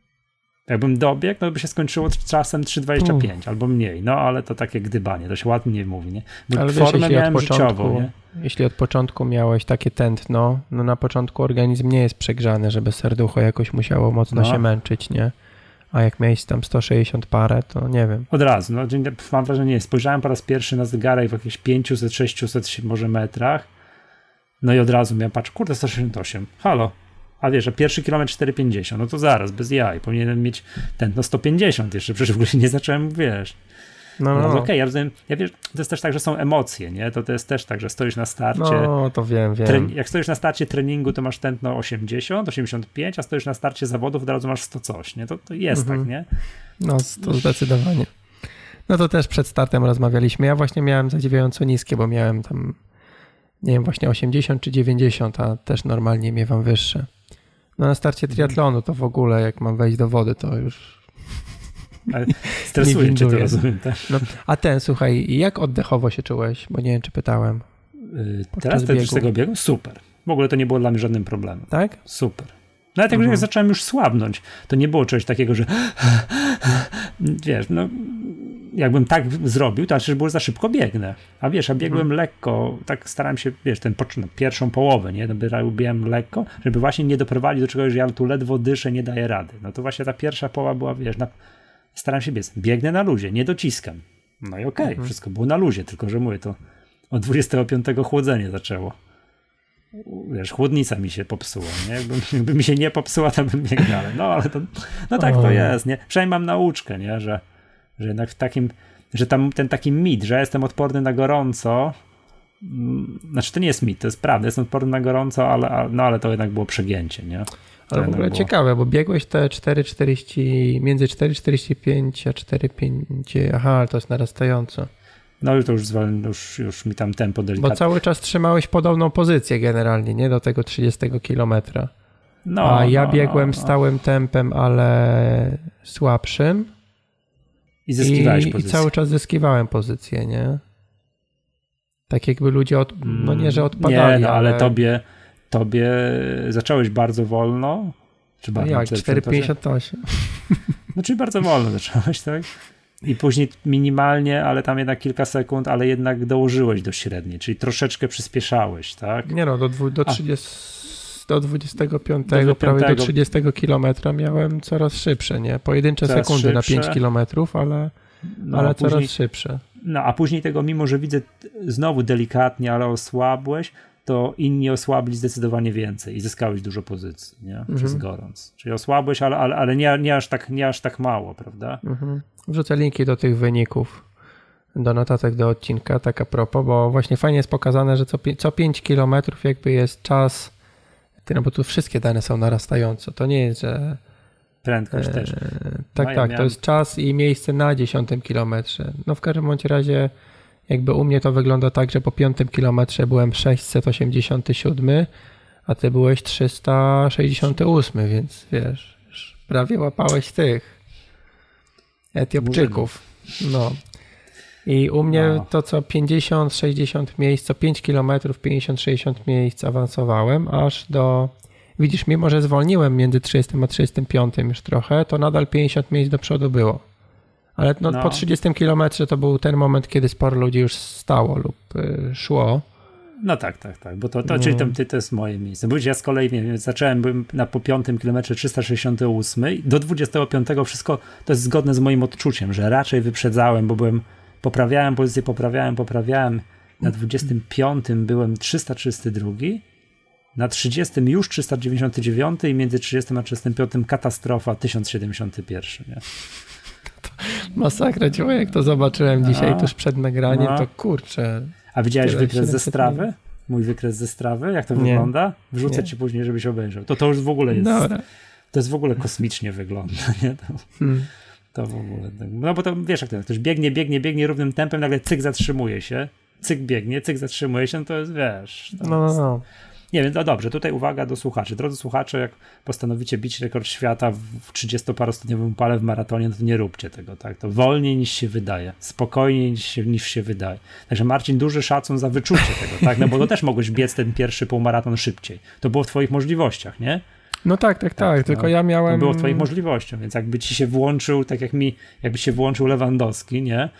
Jakbym dobiegł, no by się skończyło czasem trzy dwadzieścia pięć albo mniej, no ale to takie gdybanie, to się ładnie mówi, nie? Bo ale formę wiesz, miałem początku, życiową, nie? Jeśli od początku miałeś takie tętno, no na początku organizm nie jest przegrzany, żeby serducho jakoś musiało mocno no. się męczyć, nie? A jak miałeś tam sto sześćdziesiąt parę, to nie wiem. Od razu, no mam wrażenie, nie. Spojrzałem po raz pierwszy na zegarek w jakichś pięćset sześćset może metrach, no i od razu miałem, patrz, kurde, sto sześćdziesiąt osiem, halo. A wiesz, że pierwszy kilometr cztery pięćdziesiąt, no to zaraz, bez jaj, powinienem mieć ten, no sto pięćdziesiąt jeszcze, przecież w ogóle nie zacząłem, wiesz. No, no. no okej, okay, ja rozumiem, ja wiesz, to jest też tak, że są emocje, nie? To, to jest też tak, że stoisz na starcie. No, to wiem, wiem. Tre- jak stoisz na starcie treningu, to masz tętno osiemdziesiąt, osiemdziesiąt pięć, a stoisz na starcie zawodów, od razu masz sto coś, nie? To, to jest mhm. tak, nie? No, to zdecydowanie. No to też przed startem rozmawialiśmy. Ja właśnie miałem zadziwiająco niskie, bo miałem tam, nie wiem, właśnie osiemdziesiąt czy dziewięćdziesiąt, a też normalnie miewam wyższe. No na starcie triatlonu to w ogóle, jak mam wejść do wody, to już ale stresuje cię to, rozumiem, tak? No, a ten, słuchaj, jak oddechowo się czułeś? Bo nie wiem, czy pytałem. Yy, teraz biegu. Z tego biegu? Super. W ogóle to nie było dla mnie żadnym problemem. Tak? Super. Nawet jak, mhm. jak zacząłem już słabnąć, to nie było czegoś takiego, że wiesz, no jakbym tak zrobił, to znaczy, że było za szybko biegnę. A wiesz, a biegłem hmm. lekko, tak starałem się, wiesz, ten początek, pierwszą połowę, nie? Biegłem lekko, żeby właśnie nie doprowadzić do czegoś, że ja tu ledwo dyszę, nie daję rady. No to właśnie ta pierwsza połowa była, wiesz, na... staram się biec. Biegnę na luzie, nie dociskam. No i okej, okay, hmm. wszystko było na luzie, tylko że mówię, to od dwudziestego piątego chłodzenie zaczęło. Wiesz, chłodnica mi się popsuła, nie? Jakby, jakby mi się nie popsuła, to bym biegł dalej. No ale to, no tak to jest, nie? Przynajmniej mam nauczkę, nie? Że że jednak w takim, że tam ten taki mit, że ja jestem odporny na gorąco, znaczy to nie jest mit, to jest prawda, jestem odporny na gorąco, ale, no, ale to jednak było przegięcie, nie? To ale w ogóle było ciekawe, bo biegłeś te cztery czterdzieści, między cztery czterdzieści pięć a cztery pięćdziesiąt, aha, ale to jest narastająco. No to już, już, już mi tam tempo delikatnie. Bo cały czas trzymałeś podobną pozycję generalnie, nie? Do tego trzydziestego kilometra. No, a ja no, biegłem no, no. stałym tempem, ale słabszym. I zyskiwałeś I, pozycję. I cały czas zyskiwałem pozycję, nie? Tak jakby ludzie, od, no nie, że odpadali, nie, no, ale, ale tobie, tobie zacząłeś bardzo wolno. Czy bardzo, jak, cztery pięćdziesiąt osiem. No czyli bardzo wolno zacząłeś, tak? I później minimalnie, ale tam jednak kilka sekund, ale jednak dołożyłeś do średniej, czyli troszeczkę przyspieszałeś, tak? Nie no, do, dwu, do, trzydziestu, do dwudziestego piątego, prawie do trzydziestego kilometra miałem coraz szybsze, nie? Pojedyncze coraz sekundy szybsze. Na pięć kilometrów, ale, no, ale później, coraz szybsze. No a później tego, mimo że widzę znowu delikatnie, ale osłabłeś, to inni osłabli zdecydowanie więcej i zyskałeś dużo pozycji, nie? Mhm. Przez gorąc. Czyli osłabłeś, ale, ale, ale nie, nie, aż tak, nie aż tak mało, prawda? Mhm. Wrzucę linki do tych wyników, do notatek do odcinka, tak a propos, bo właśnie fajnie jest pokazane, że co, co pięć kilometrów jakby jest czas, no bo tu wszystkie dane są narastające, to nie jest, że... Prędkość e, też. Tak, no, ja tak, miałem... to jest czas i miejsce na dziesiątym kilometrze. No w każdym bądź razie jakby u mnie to wygląda tak, że po piątym kilometrze byłem sześćset osiemdziesiąt siedem, a ty byłeś trzysta sześćdziesiąt osiem, więc wiesz, prawie łapałeś tych Etiopczyków. No. I u mnie no. to co pięćdziesiąt sześćdziesiąt miejsc, co pięć kilometrów, pięćdziesiąt sześćdziesiąt miejsc awansowałem, aż do, widzisz, mimo że zwolniłem między trzydziestym a trzydziestym piątym już trochę, to nadal pięćdziesiąt miejsc do przodu było. Ale no, no. po trzydziestym kilometrze to był ten moment, kiedy sporo ludzi już stało lub y, szło. No tak, tak, tak, bo to, to no. czyli tam, ty, to jest moje miejsce. Bo ja z kolei wiem, zacząłem byłem na po piątym kilometrze trzysta sześćdziesiąt osiem, do dwudziestego piątego wszystko to jest zgodne z moim odczuciem, że raczej wyprzedzałem, bo byłem, poprawiałem pozycję, poprawiałem, poprawiałem. Na dwudziestym piątym byłem trzysta trzydzieści dwa, na trzydziestym już trzysta dziewięćdziesiąt dziewięć i między trzydziestym a trzydziestym piątym katastrofa tysiąc siedemdziesiąt jeden. Nie? Masakra, ciągle jak to zobaczyłem no. dzisiaj tuż przed nagraniem, no. to kurczę. A widziałeś wykres ze Strawy? Mój wykres ze Strawy? Jak to nie. wygląda? Wrzucę nie. ci później, żebyś obejrzał. To to już w ogóle jest... Dobra. To jest w ogóle kosmicznie wygląda, nie? To, hmm. to w ogóle... No bo to wiesz jak to jest. Ktoś biegnie, biegnie, biegnie równym tempem, nagle cyk zatrzymuje się, cyk biegnie, cyk zatrzymuje się, no to jest, wiesz... To no, jest... no. Nie wiem, no dobrze, tutaj uwaga do słuchaczy. Drodzy słuchacze, jak postanowicie bić rekord świata w trzydziestoparostopniowym upale w maratonie, no to nie róbcie tego, tak? To wolniej niż się wydaje, spokojniej niż się, niż się wydaje. Także Marcin, duży szacun za wyczucie tego, tak? No bo to też mogłeś biec ten pierwszy półmaraton szybciej. To było w twoich możliwościach, nie? No tak, tak, tak, tak tylko no, ja miałem... To było w twoich możliwościach, więc jakby ci się włączył, tak jak mi, jakby się włączył Lewandowski, nie?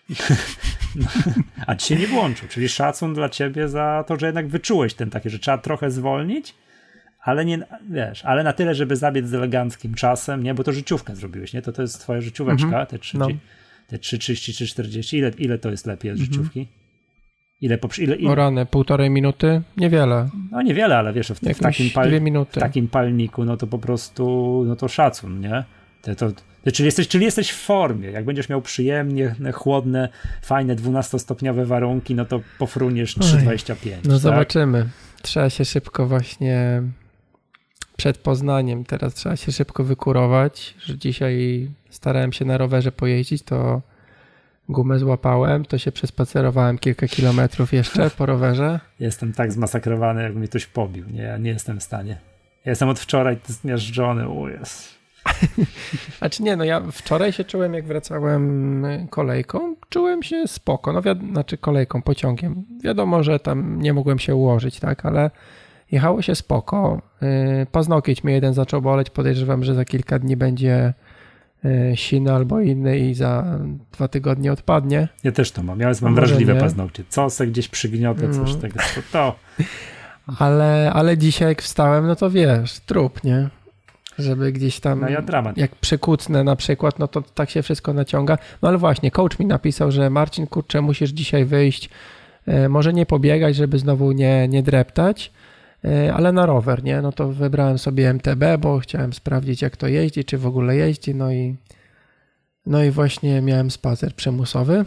No, a ci się nie włączył, czyli szacun dla ciebie za to, że jednak wyczułeś ten taki, że trzeba trochę zwolnić, ale nie, wiesz, ale na tyle, żeby zabiec z eleganckim czasem, nie, bo to życiówkę zrobiłeś, nie, to to jest twoja życióweczka, mm-hmm. te trzy, no. te trzy trzydzieści, trzy czterdzieści, ile, ile to jest lepiej od mm-hmm. życiówki? Ile, ile, ile? O rany, półtorej minuty? Niewiele. No niewiele, ale wiesz, w, w, takim, pal, w takim palniku, no to po prostu, no to szacun, nie? To, to, to, czyli, jesteś, czyli jesteś w formie. Jak będziesz miał przyjemnie, chłodne, fajne, dwunastostopniowe warunki, no to pofruniesz trzy dwadzieścia pięć. No tak? zobaczymy. Trzeba się szybko właśnie przed Poznaniem, teraz trzeba się szybko wykurować, że dzisiaj starałem się na rowerze pojeździć, to gumę złapałem, to się przespacerowałem kilka kilometrów jeszcze po rowerze. Jestem tak zmasakrowany, jakby mnie ktoś pobił. Nie, ja nie jestem w stanie. Ja jestem od wczoraj zmiażdżony. O jest. Znaczy nie, no ja wczoraj się czułem, jak wracałem kolejką, czułem się spoko, no wiad- znaczy kolejką, pociągiem. Wiadomo, że tam nie mogłem się ułożyć, tak, ale jechało się spoko. Yy, paznokieć mnie jeden zaczął boleć, podejrzewam, że za kilka dni będzie yy, siny albo inny i za dwa tygodnie odpadnie. Ja też to mam, ja mam wrażliwe nie. paznokcie. Co se gdzieś przygniotę, coś mm. tego, to to. Ale, ale dzisiaj jak wstałem, no to wiesz, trup, nie? Żeby gdzieś tam, no ja dramat. jak przykucnę na przykład, no to tak się wszystko naciąga. No ale właśnie, coach mi napisał, że Marcin, kurczę, musisz dzisiaj wyjść, e, może nie pobiegać, żeby znowu nie, nie dreptać, e, ale na rower, nie? No to wybrałem sobie M T B, bo chciałem sprawdzić, jak to jeździ, czy w ogóle jeździ, no i No i właśnie miałem spacer przymusowy.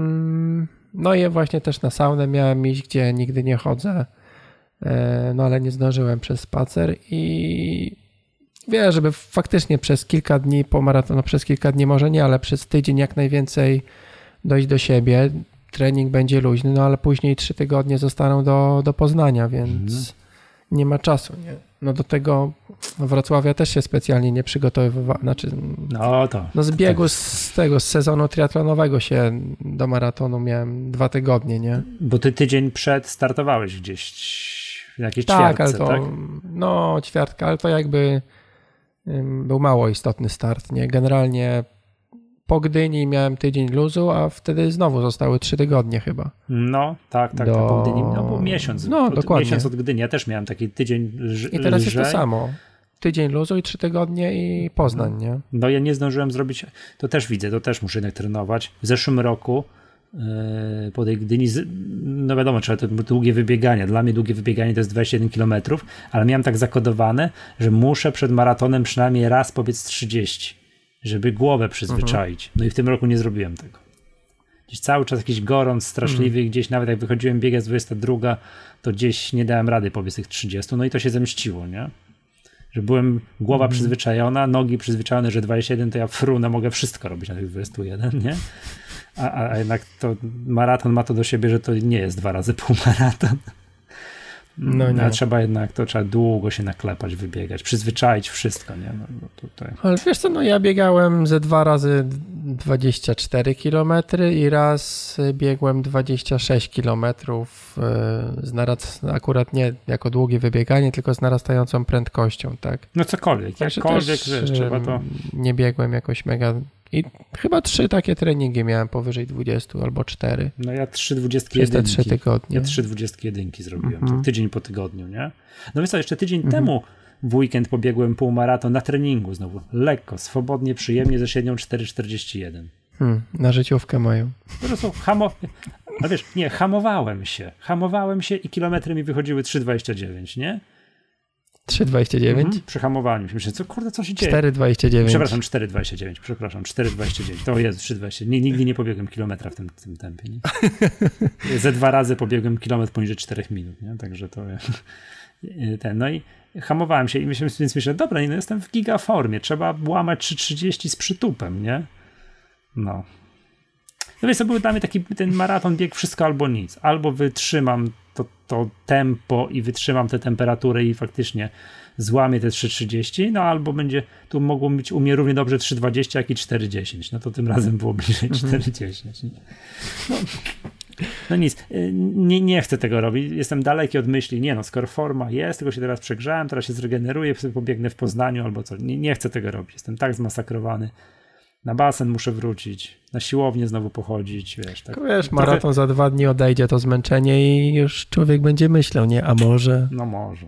No i właśnie też na saunę miałem iść, gdzie nigdy nie chodzę. No ale nie zdążyłem przez spacer i wiesz, żeby faktycznie przez kilka dni po maratonie, no przez kilka dni może nie, ale przez tydzień jak najwięcej dojść do siebie. Trening będzie luźny, no ale później trzy tygodnie zostaną do, do Poznania, więc mhm. nie ma czasu, nie? No do tego Wrocławia też się specjalnie nie przygotowywałem, znaczy no, to, no z biegu tak. z tego, z sezonu triatlonowego się do maratonu miałem dwa tygodnie, nie? Bo ty tydzień przed startowałeś gdzieś w jakiejś tak, ćwiartce, ale to, tak? No ćwiartka, ale to jakby um, był mało istotny start, nie? Generalnie po Gdyni miałem tydzień luzu, a wtedy znowu zostały trzy tygodnie chyba. No, tak, tak, Do... tak po Gdyni, no bo miesiąc, no, od, dokładnie. miesiąc od Gdyni, ja też miałem taki tydzień lżej. I teraz jest to samo. Tydzień luzu i trzy tygodnie i Poznań, nie? No ja nie zdążyłem zrobić, to też widzę, to też muszę jednak trenować. W zeszłym roku yy, po tej Gdyni, no wiadomo, trzeba to długie wybieganie. Dla mnie długie wybieganie to jest dwadzieścia jeden kilometrów, ale miałem tak zakodowane, że muszę przed maratonem przynajmniej raz pobiec trzydzieści, żeby głowę przyzwyczaić. Mhm. No i w tym roku nie zrobiłem tego. Gdzieś cały czas jakiś gorąc straszliwy, mhm. gdzieś nawet jak wychodziłem biegać z dwudziesta druga, to gdzieś nie dałem rady pobiec tych trzydziestu, no i to się zemściło, nie? Że byłem głowa mm. przyzwyczajona, nogi przyzwyczajone, że dwadzieścia jeden to ja frunę, mogę wszystko robić na tych dwudziestu jeden, nie? A, a jednak to maraton ma to do siebie, że to nie jest dwa razy półmaraton. No nie. A trzeba jednak, to trzeba długo się naklepać, wybiegać, przyzwyczaić wszystko, nie? No, no tutaj. Ale wiesz co, no ja biegałem ze dwa razy dwadzieścia cztery kilometry i raz biegłem dwadzieścia sześć kilometrów z naraz, akurat nie jako długie wybieganie, tylko z narastającą prędkością, tak? No cokolwiek, Także jakkolwiek, też, wiesz, trzeba to... Nie biegłem jakoś mega... I chyba trzy takie treningi miałem powyżej dwudziestu albo cztery. No ja trzy dwudziestki jedynki. trzy tygodnie. Ja trzy dwudziestki jedynki zrobiłem, mm-hmm. tydzień po tygodniu, nie? No więc co, jeszcze tydzień mm-hmm. temu w weekend pobiegłem półmaraton na treningu znowu. Lekko, swobodnie, przyjemnie, ze średnią cztery czterdzieści jeden. Hmm, na życiówkę mają. Po prostu hamo... Ale wiesz, nie, hamowałem się. Hamowałem się i kilometry mi wychodziły trzy dwadzieścia dziewięć, nie? trzy dwadzieścia dziewięć? Mhm, przy hamowaniu. Myślę, co kurde, co się dzieje? cztery dwadzieścia dziewięć. Przepraszam, cztery dwadzieścia dziewięć. Przepraszam, cztery dwadzieścia dziewięć. To jest trzy dwadzieścia dziewięć. Nigdy nie pobiegłem kilometra w tym, w tym tempie. Nie? Ze dwa razy pobiegłem kilometr poniżej czterech minut. Nie? Także to ten. No i hamowałem się i myślę, więc myślę, dobra, no jestem w gigaformie. Trzeba łamać trzy trzydzieści z przytupem, nie? No. No więc to był dla mnie taki ten maraton, bieg wszystko albo nic. Albo wytrzymam to, to tempo i wytrzymam tę temperaturę i faktycznie złamię te trzy trzydzieści, no albo będzie, tu mogło być u mnie równie dobrze trzy dwadzieścia, jak i cztery dziesięć. No to tym razem było bliżej cztery dziesięć. No, no nic, nie, nie chcę tego robić. Jestem daleki od myśli, nie no, skoro forma jest, tylko się teraz przegrzałem, teraz się zregeneruję, sobie pobiegnę w Poznaniu albo co. Nie, nie chcę tego robić. Jestem tak zmasakrowany. Na basen muszę wrócić, na siłownię znowu pochodzić, wiesz. Tak. Wiesz, maraton trochę... za dwa dni odejdzie to zmęczenie i już człowiek będzie myślał, nie? A może? No może.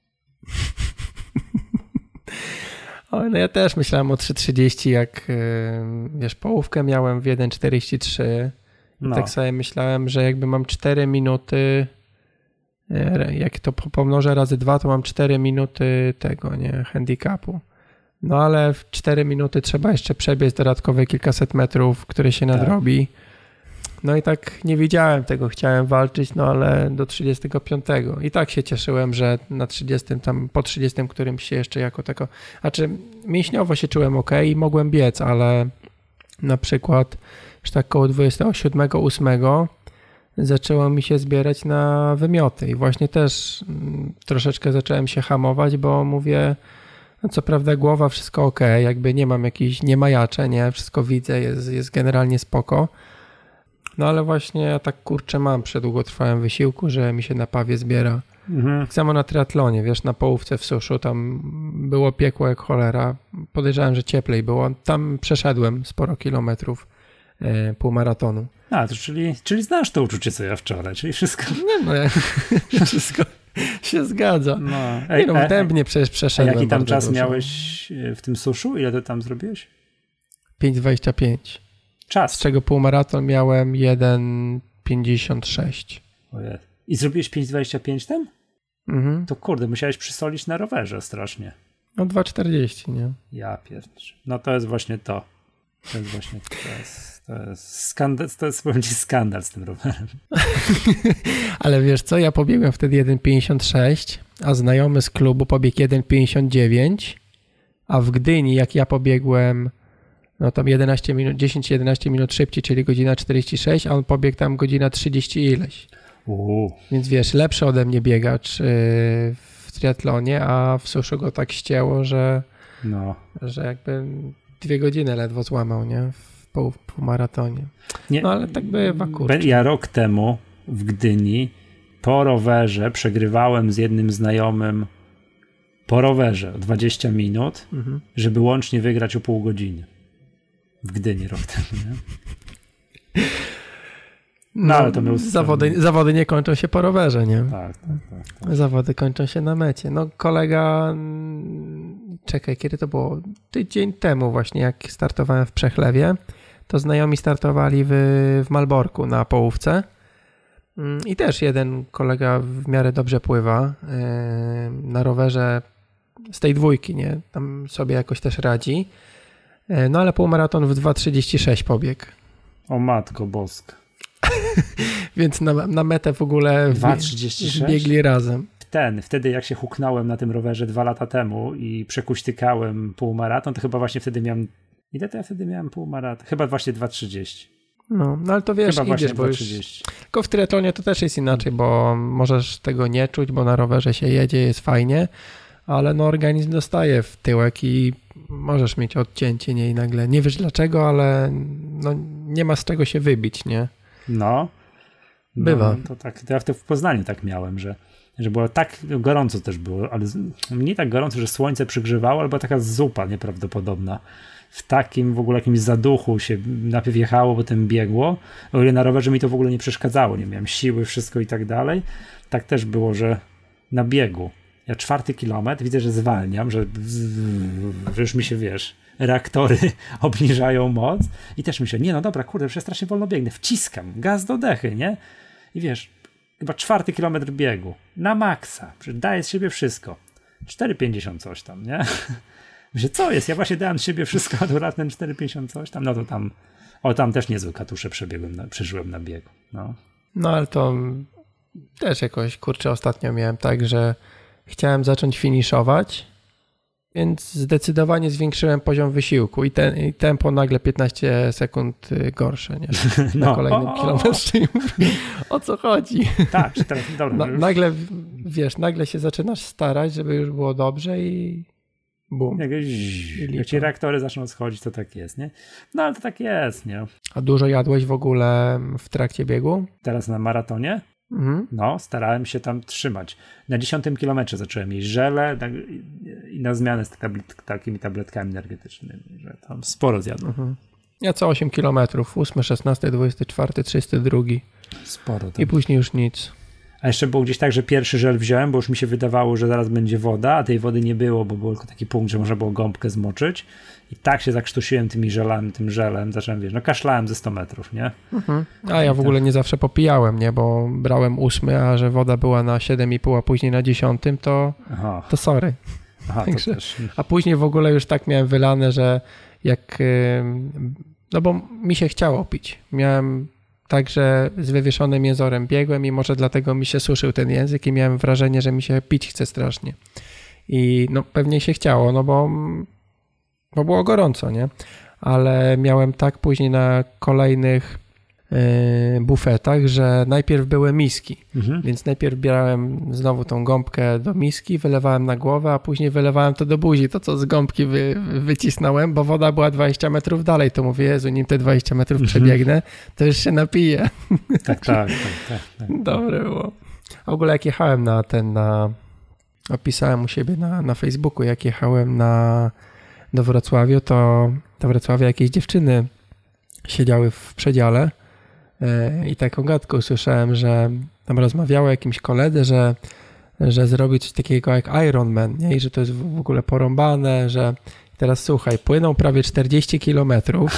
O, no ja też myślałem o trzy trzydzieści, jak wiesz, połówkę miałem w jeden czterdzieści trzy. No. Tak sobie myślałem, że jakby mam cztery minuty, jak to pomnożę razy dwa, to mam cztery minuty tego, nie, handicapu. No ale w cztery minuty trzeba jeszcze przebiec dodatkowe kilkaset metrów, które się tak. nadrobi. No i tak nie widziałem tego, chciałem walczyć, no ale do trzydziestego piątego. I tak się cieszyłem, że na trzydziestym, tam po trzydziestym którymś się jeszcze jako tako... Znaczy mięśniowo się czułem ok i mogłem biec, ale na przykład już tak koło dwudziestego siódmego ósmego zaczęło mi się zbierać na wymioty i właśnie też mm, troszeczkę zacząłem się hamować, bo mówię... No co prawda głowa, wszystko ok, jakby nie mam jakiejś, nie majaczę, nie, wszystko widzę, jest, jest generalnie spoko. No ale właśnie ja tak kurczę mam przy długotrwałym wysiłku, że mi się na pawie zbiera. Mhm. Tak samo na triatlonie, wiesz, na połówce w suszu tam było piekło jak cholera. Podejrzewałem, że cieplej było. Tam przeszedłem sporo kilometrów e, półmaratonu. A, to czyli, czyli znasz to uczucie, co ja wczoraj, czyli wszystko... Nie no, ja, wszystko... się zgadza. No. Ej, no, dębnie przecież przeszedłem. A jaki tam czas dużo. Miałeś w tym suszu? Ile ty tam zrobiłeś? pięć dwadzieścia pięć. Czas. Z czego półmaraton miałem jeden pięćdziesiąt sześć. Ojej. I zrobiłeś pięć dwadzieścia pięć tam? Mhm. To kurde, musiałeś przysolić na rowerze strasznie. No dwa czterdzieści, nie? Ja pierdolę. No to jest właśnie to. To jest właśnie, to jest, to jest skandal, to jest, powiem ci, skandal z tym rowerem. Ale wiesz co, ja pobiegłem wtedy jeden pięćdziesiąt sześć, a znajomy z klubu pobiegł jeden pięćdziesiąt dziewięć, a w Gdyni jak ja pobiegłem no tam jedenaście minut, dziesięć jedenaście minut szybciej, czyli godzina czterdzieści sześć, a on pobiegł tam godzina trzydzieści ileś. Uuu. Więc wiesz, lepszy ode mnie biegacz yy, w triatlonie, a w suszu go tak ścięło, że, no. że jakby dwie godziny ledwo złamał, nie? W pół, półmaratonie. Nie, no ale tak bywa, kurczę. Ja rok temu w Gdyni po rowerze przegrywałem z jednym znajomym po rowerze o dwadzieścia minut, mhm. żeby łącznie wygrać o pół godziny. W Gdyni rok temu, nie? No, no ale to miał zawody, zawody nie kończą się po rowerze, nie? Tak, tak, tak, tak. Zawody kończą się na mecie. No kolega, czekaj, kiedy to było? Tydzień temu właśnie, jak startowałem w Przechlewie, to znajomi startowali w, w Malborku na połówce i też jeden kolega w miarę dobrze pływa na rowerze z tej dwójki, nie? Tam sobie jakoś też radzi. No ale półmaraton w dwa trzydzieści sześć pobiegł. O matko boska. Więc na, na metę w ogóle dwa trzydzieści sześć? biegli razem. Ten, wtedy jak się huknąłem na tym rowerze dwa lata temu i przekuśtykałem półmaraton, to chyba właśnie wtedy miałem... Ile to ja wtedy miałem półmaraton? Chyba właśnie dwa trzydzieści. No, no ale to wiesz, chyba idziesz, bo już... Tylko w triatlonie to też jest inaczej, bo możesz tego nie czuć, bo na rowerze się jedzie, jest fajnie, ale no organizm dostaje w tyłek i możesz mieć odcięcie, nie? I nagle nie wiesz dlaczego, ale no nie ma z czego się wybić, nie? No. Bywa. No, to tak, to ja w Poznaniu tak miałem, że, że było tak gorąco też było, ale nie tak gorąco, że słońce przygrzewało, ale była taka zupa nieprawdopodobna. W takim w ogóle jakimś zaduchu się najpierw jechało, potem biegło. O ile na rowerze mi to w ogóle nie przeszkadzało, nie miałem siły, wszystko i tak dalej. Tak też było, że na biegu. Ja czwarty kilometr widzę, że zwalniam, że, że już mi się, wiesz, reaktory obniżają moc i też myślę, nie no dobra, kurde, już ja strasznie wolno biegnę, wciskam, gaz do dechy, nie? I wiesz, chyba czwarty kilometr biegu, na maksa, daję z siebie wszystko. cztery pięćdziesiąt coś tam, nie? Myślę, co jest? Ja właśnie dałem z siebie wszystko, a to ten cztery pięćdziesiąt coś tam, no to tam, o tam też niezłe katusze przebiegłem, na, przeżyłem na biegu, no. No ale to też jakoś, kurczę, ostatnio miałem tak, że chciałem zacząć finiszować, więc zdecydowanie zwiększyłem poziom wysiłku i, ten, i tempo nagle piętnaście sekund gorsze, nie? Na no, kolejnym o, kilometrze. O co chodzi? Tak, teraz, dobra. Na, nagle, wiesz, nagle się zaczynasz starać, żeby już było dobrze i bum. Jak, jak ci reaktory zaczną schodzić, to tak jest, nie? No ale to tak jest, nie? A dużo jadłeś w ogóle w trakcie biegu? Teraz na maratonie? Mhm. No, starałem się tam trzymać. Na dziesiątym kilometrze zacząłem jeść żele i na zmianę z tablet, takimi tabletkami energetycznymi, że tam sporo zjadłem. Mhm. Ja co osiem kilometrów, ósmy, szesnasty, dwudziesty czwarty, trzydziesty drugi. Sporo. Tam. I później już nic. A jeszcze było gdzieś tak, że pierwszy żel wziąłem, bo już mi się wydawało, że zaraz będzie woda, a tej wody nie było, bo był tylko taki punkt, że można było gąbkę zmoczyć. I tak się zakrztusiłem tymi żelami, tym żelem, zacząłem, wiesz, no kaszlałem ze sto metrów, nie? Mhm. A ja w ogóle nie zawsze popijałem, nie? Bo brałem ósmy, a że woda była na siedem i pół, a później na dziesiątym, to, to sorry. Aha, Także, to też. A później w ogóle już tak miałem wylane, że jak, no bo mi się chciało pić. Miałem także z wywieszonym jęzorem biegłem i może dlatego mi się suszył ten język i miałem wrażenie, że mi się pić chce strasznie. I no pewnie się chciało, no bo bo było gorąco, nie? Ale miałem tak później na kolejnych yy, bufetach, że najpierw były miski, mhm. więc najpierw brałem znowu tą gąbkę do miski, wylewałem na głowę, a później wylewałem to do buzi, to co z gąbki wy, wycisnąłem, bo woda była dwadzieścia metrów dalej, to mówię, Jezu, nim te dwadzieścia metrów mhm. przebiegnę, to już się napiję. Tak, tak, tak, tak, tak. Dobre było. W ogóle jak jechałem na ten, na opisałem u siebie na, na Facebooku, jak jechałem na do Wrocławiu, to do Wrocławia jakieś dziewczyny siedziały w przedziale yy, i taką gadkę usłyszałem, że tam rozmawiały o jakimś koledze, że, że zrobi coś takiego jak Ironman, nie? I że to jest w ogóle porąbane, że teraz słuchaj, płyną prawie czterdzieści kilometrów,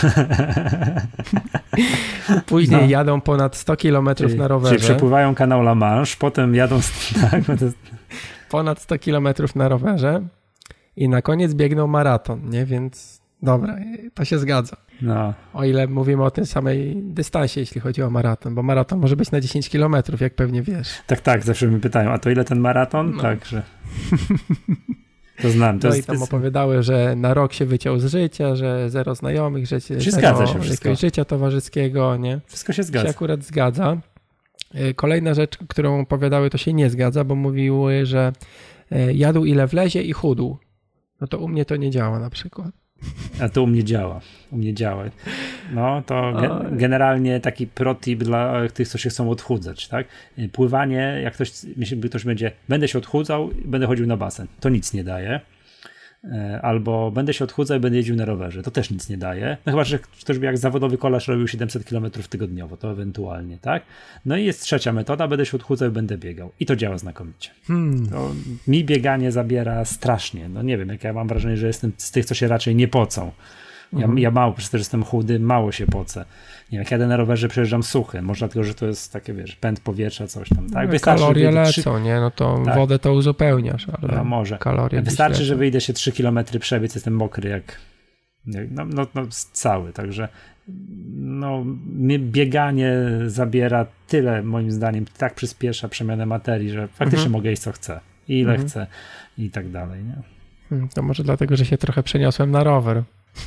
później no. jadą ponad sto kilometrów na rowerze. Czyli przepływają kanał La Manche, potem jadą tak, ponad sto kilometrów na rowerze i na koniec biegną maraton, nie? Więc Dobra, to się zgadza. No. O ile mówimy o tym samej dystansie, jeśli chodzi o maraton, bo maraton może być na dziesięć kilometrów, jak pewnie wiesz. Tak, tak, zawsze mnie pytają, a to ile ten maraton? No. Tak, że... To znam. To no jest, i tam jest... opowiadały, że na rok się wyciął z życia, że zero znajomych, że się zgadza się wszystko. życia towarzyskiego, nie? Wszystko się zgadza. Się akurat zgadza. Kolejna rzecz, którą opowiadały, to się nie zgadza, bo mówiły, że jadł ile wlezie i chudł. No to u mnie to nie działa na przykład. A to u mnie działa. U mnie działa. No to ge- generalnie taki protip dla tych, co się chcą odchudzać, tak? Pływanie, jak ktoś, jeśli ktoś będzie, będę się odchudzał, będę chodził na basen. To nic nie daje. Albo będę się odchudzał i będę jeździł na rowerze. To też nic nie daje. No chyba, że ktoś by jak zawodowy kolarz robił siedemset kilometrów tygodniowo, to ewentualnie, tak? No i jest trzecia metoda, będę się odchudzał i będę biegał. I to działa znakomicie. Hmm. To mi bieganie zabiera strasznie. No nie wiem, jak ja mam wrażenie, że jestem z tych, co się raczej nie pocą. Ja, mhm. ja mało, przez to, że jestem chudy, mało się pocę. Nie wiem, jak jadę na rowerze, przejeżdżam suchy. Może dlatego, że to jest takie, wiesz, pęd powietrza, coś tam, tak? No, wystarczy, kalorie lecą, trzy... nie? No to tak. wodę to uzupełniasz, ale no może. Kalorie wystarczy, że wyjdę się trzy kilometry przebiec, jestem mokry jak, jak no, no, no cały, także no, mnie bieganie zabiera tyle, moim zdaniem, tak przyspiesza przemianę materii, że faktycznie mhm. mogę jeść co chcę, ile mhm. chcę i tak dalej, nie? To może dlatego, że się trochę przeniosłem na rower.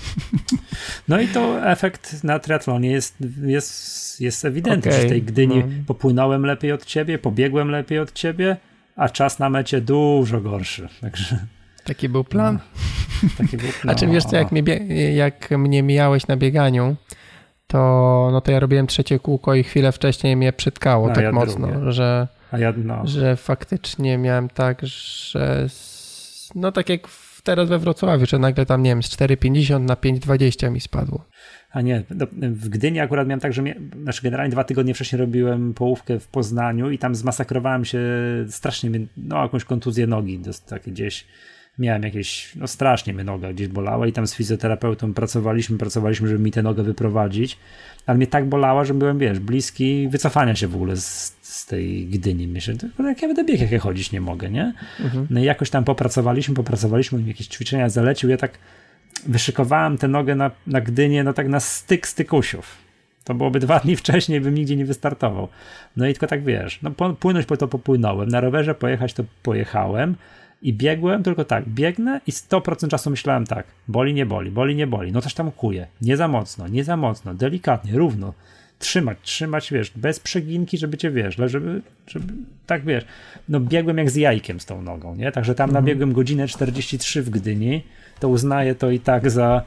No i to efekt na triatlonie jest, jest, jest ewidentny. Okay, w tej Gdyni no. popłynąłem lepiej od ciebie, pobiegłem lepiej od ciebie, a czas na mecie dużo gorszy. Także, taki był plan. No, taki był plan. A czy wiesz co, jak, mi bie- jak mnie mijałeś na bieganiu, to, no to ja robiłem trzecie kółko i chwilę wcześniej mnie przytkało a tak ja mocno, drugie. że, a ja, no. że faktycznie miałem tak, że no tak jak teraz we Wrocławiu, że nagle tam, nie wiem, z cztery pięćdziesiąt na pięć dwadzieścia mi spadło. A nie, w Gdyni akurat miałem tak, że mia... znaczy generalnie dwa tygodnie wcześniej robiłem połówkę w Poznaniu i tam zmasakrowałem się strasznie, no jakąś kontuzję nogi, takie gdzieś miałem jakieś, no strasznie mnie noga gdzieś bolała i tam z fizjoterapeutą pracowaliśmy, pracowaliśmy, żeby mi tę nogę wyprowadzić, ale mnie tak bolała, że byłem, wiesz, bliski wycofania się w ogóle z, z tej Gdyni. Myślę, jak ja będę biegł, jak ja chodzić nie mogę, nie? Mhm. No i jakoś tam popracowaliśmy, popracowaliśmy, jakieś ćwiczenia zalecił, ja tak wyszykowałem tę nogę na, na Gdynię, no tak na styk stykusiów. To byłoby dwa dni wcześniej, bym nigdzie nie wystartował. No i tylko tak, wiesz, no po, płynąć po to popłynąłem, na rowerze pojechać to pojechałem, i biegłem, tylko tak, biegnę i sto procent czasu myślałem tak, boli, nie boli, boli, nie boli, no coś tam kuje, nie za mocno, nie za mocno, delikatnie, równo, trzymać, trzymać, wiesz, bez przeginki, żeby cię, wiesz, żeby, żeby tak, wiesz, no biegłem jak z jajkiem z tą nogą, nie, także tam mhm. nabiegłem godzinę czterdzieści trzy w Gdyni, to uznaję to i tak za,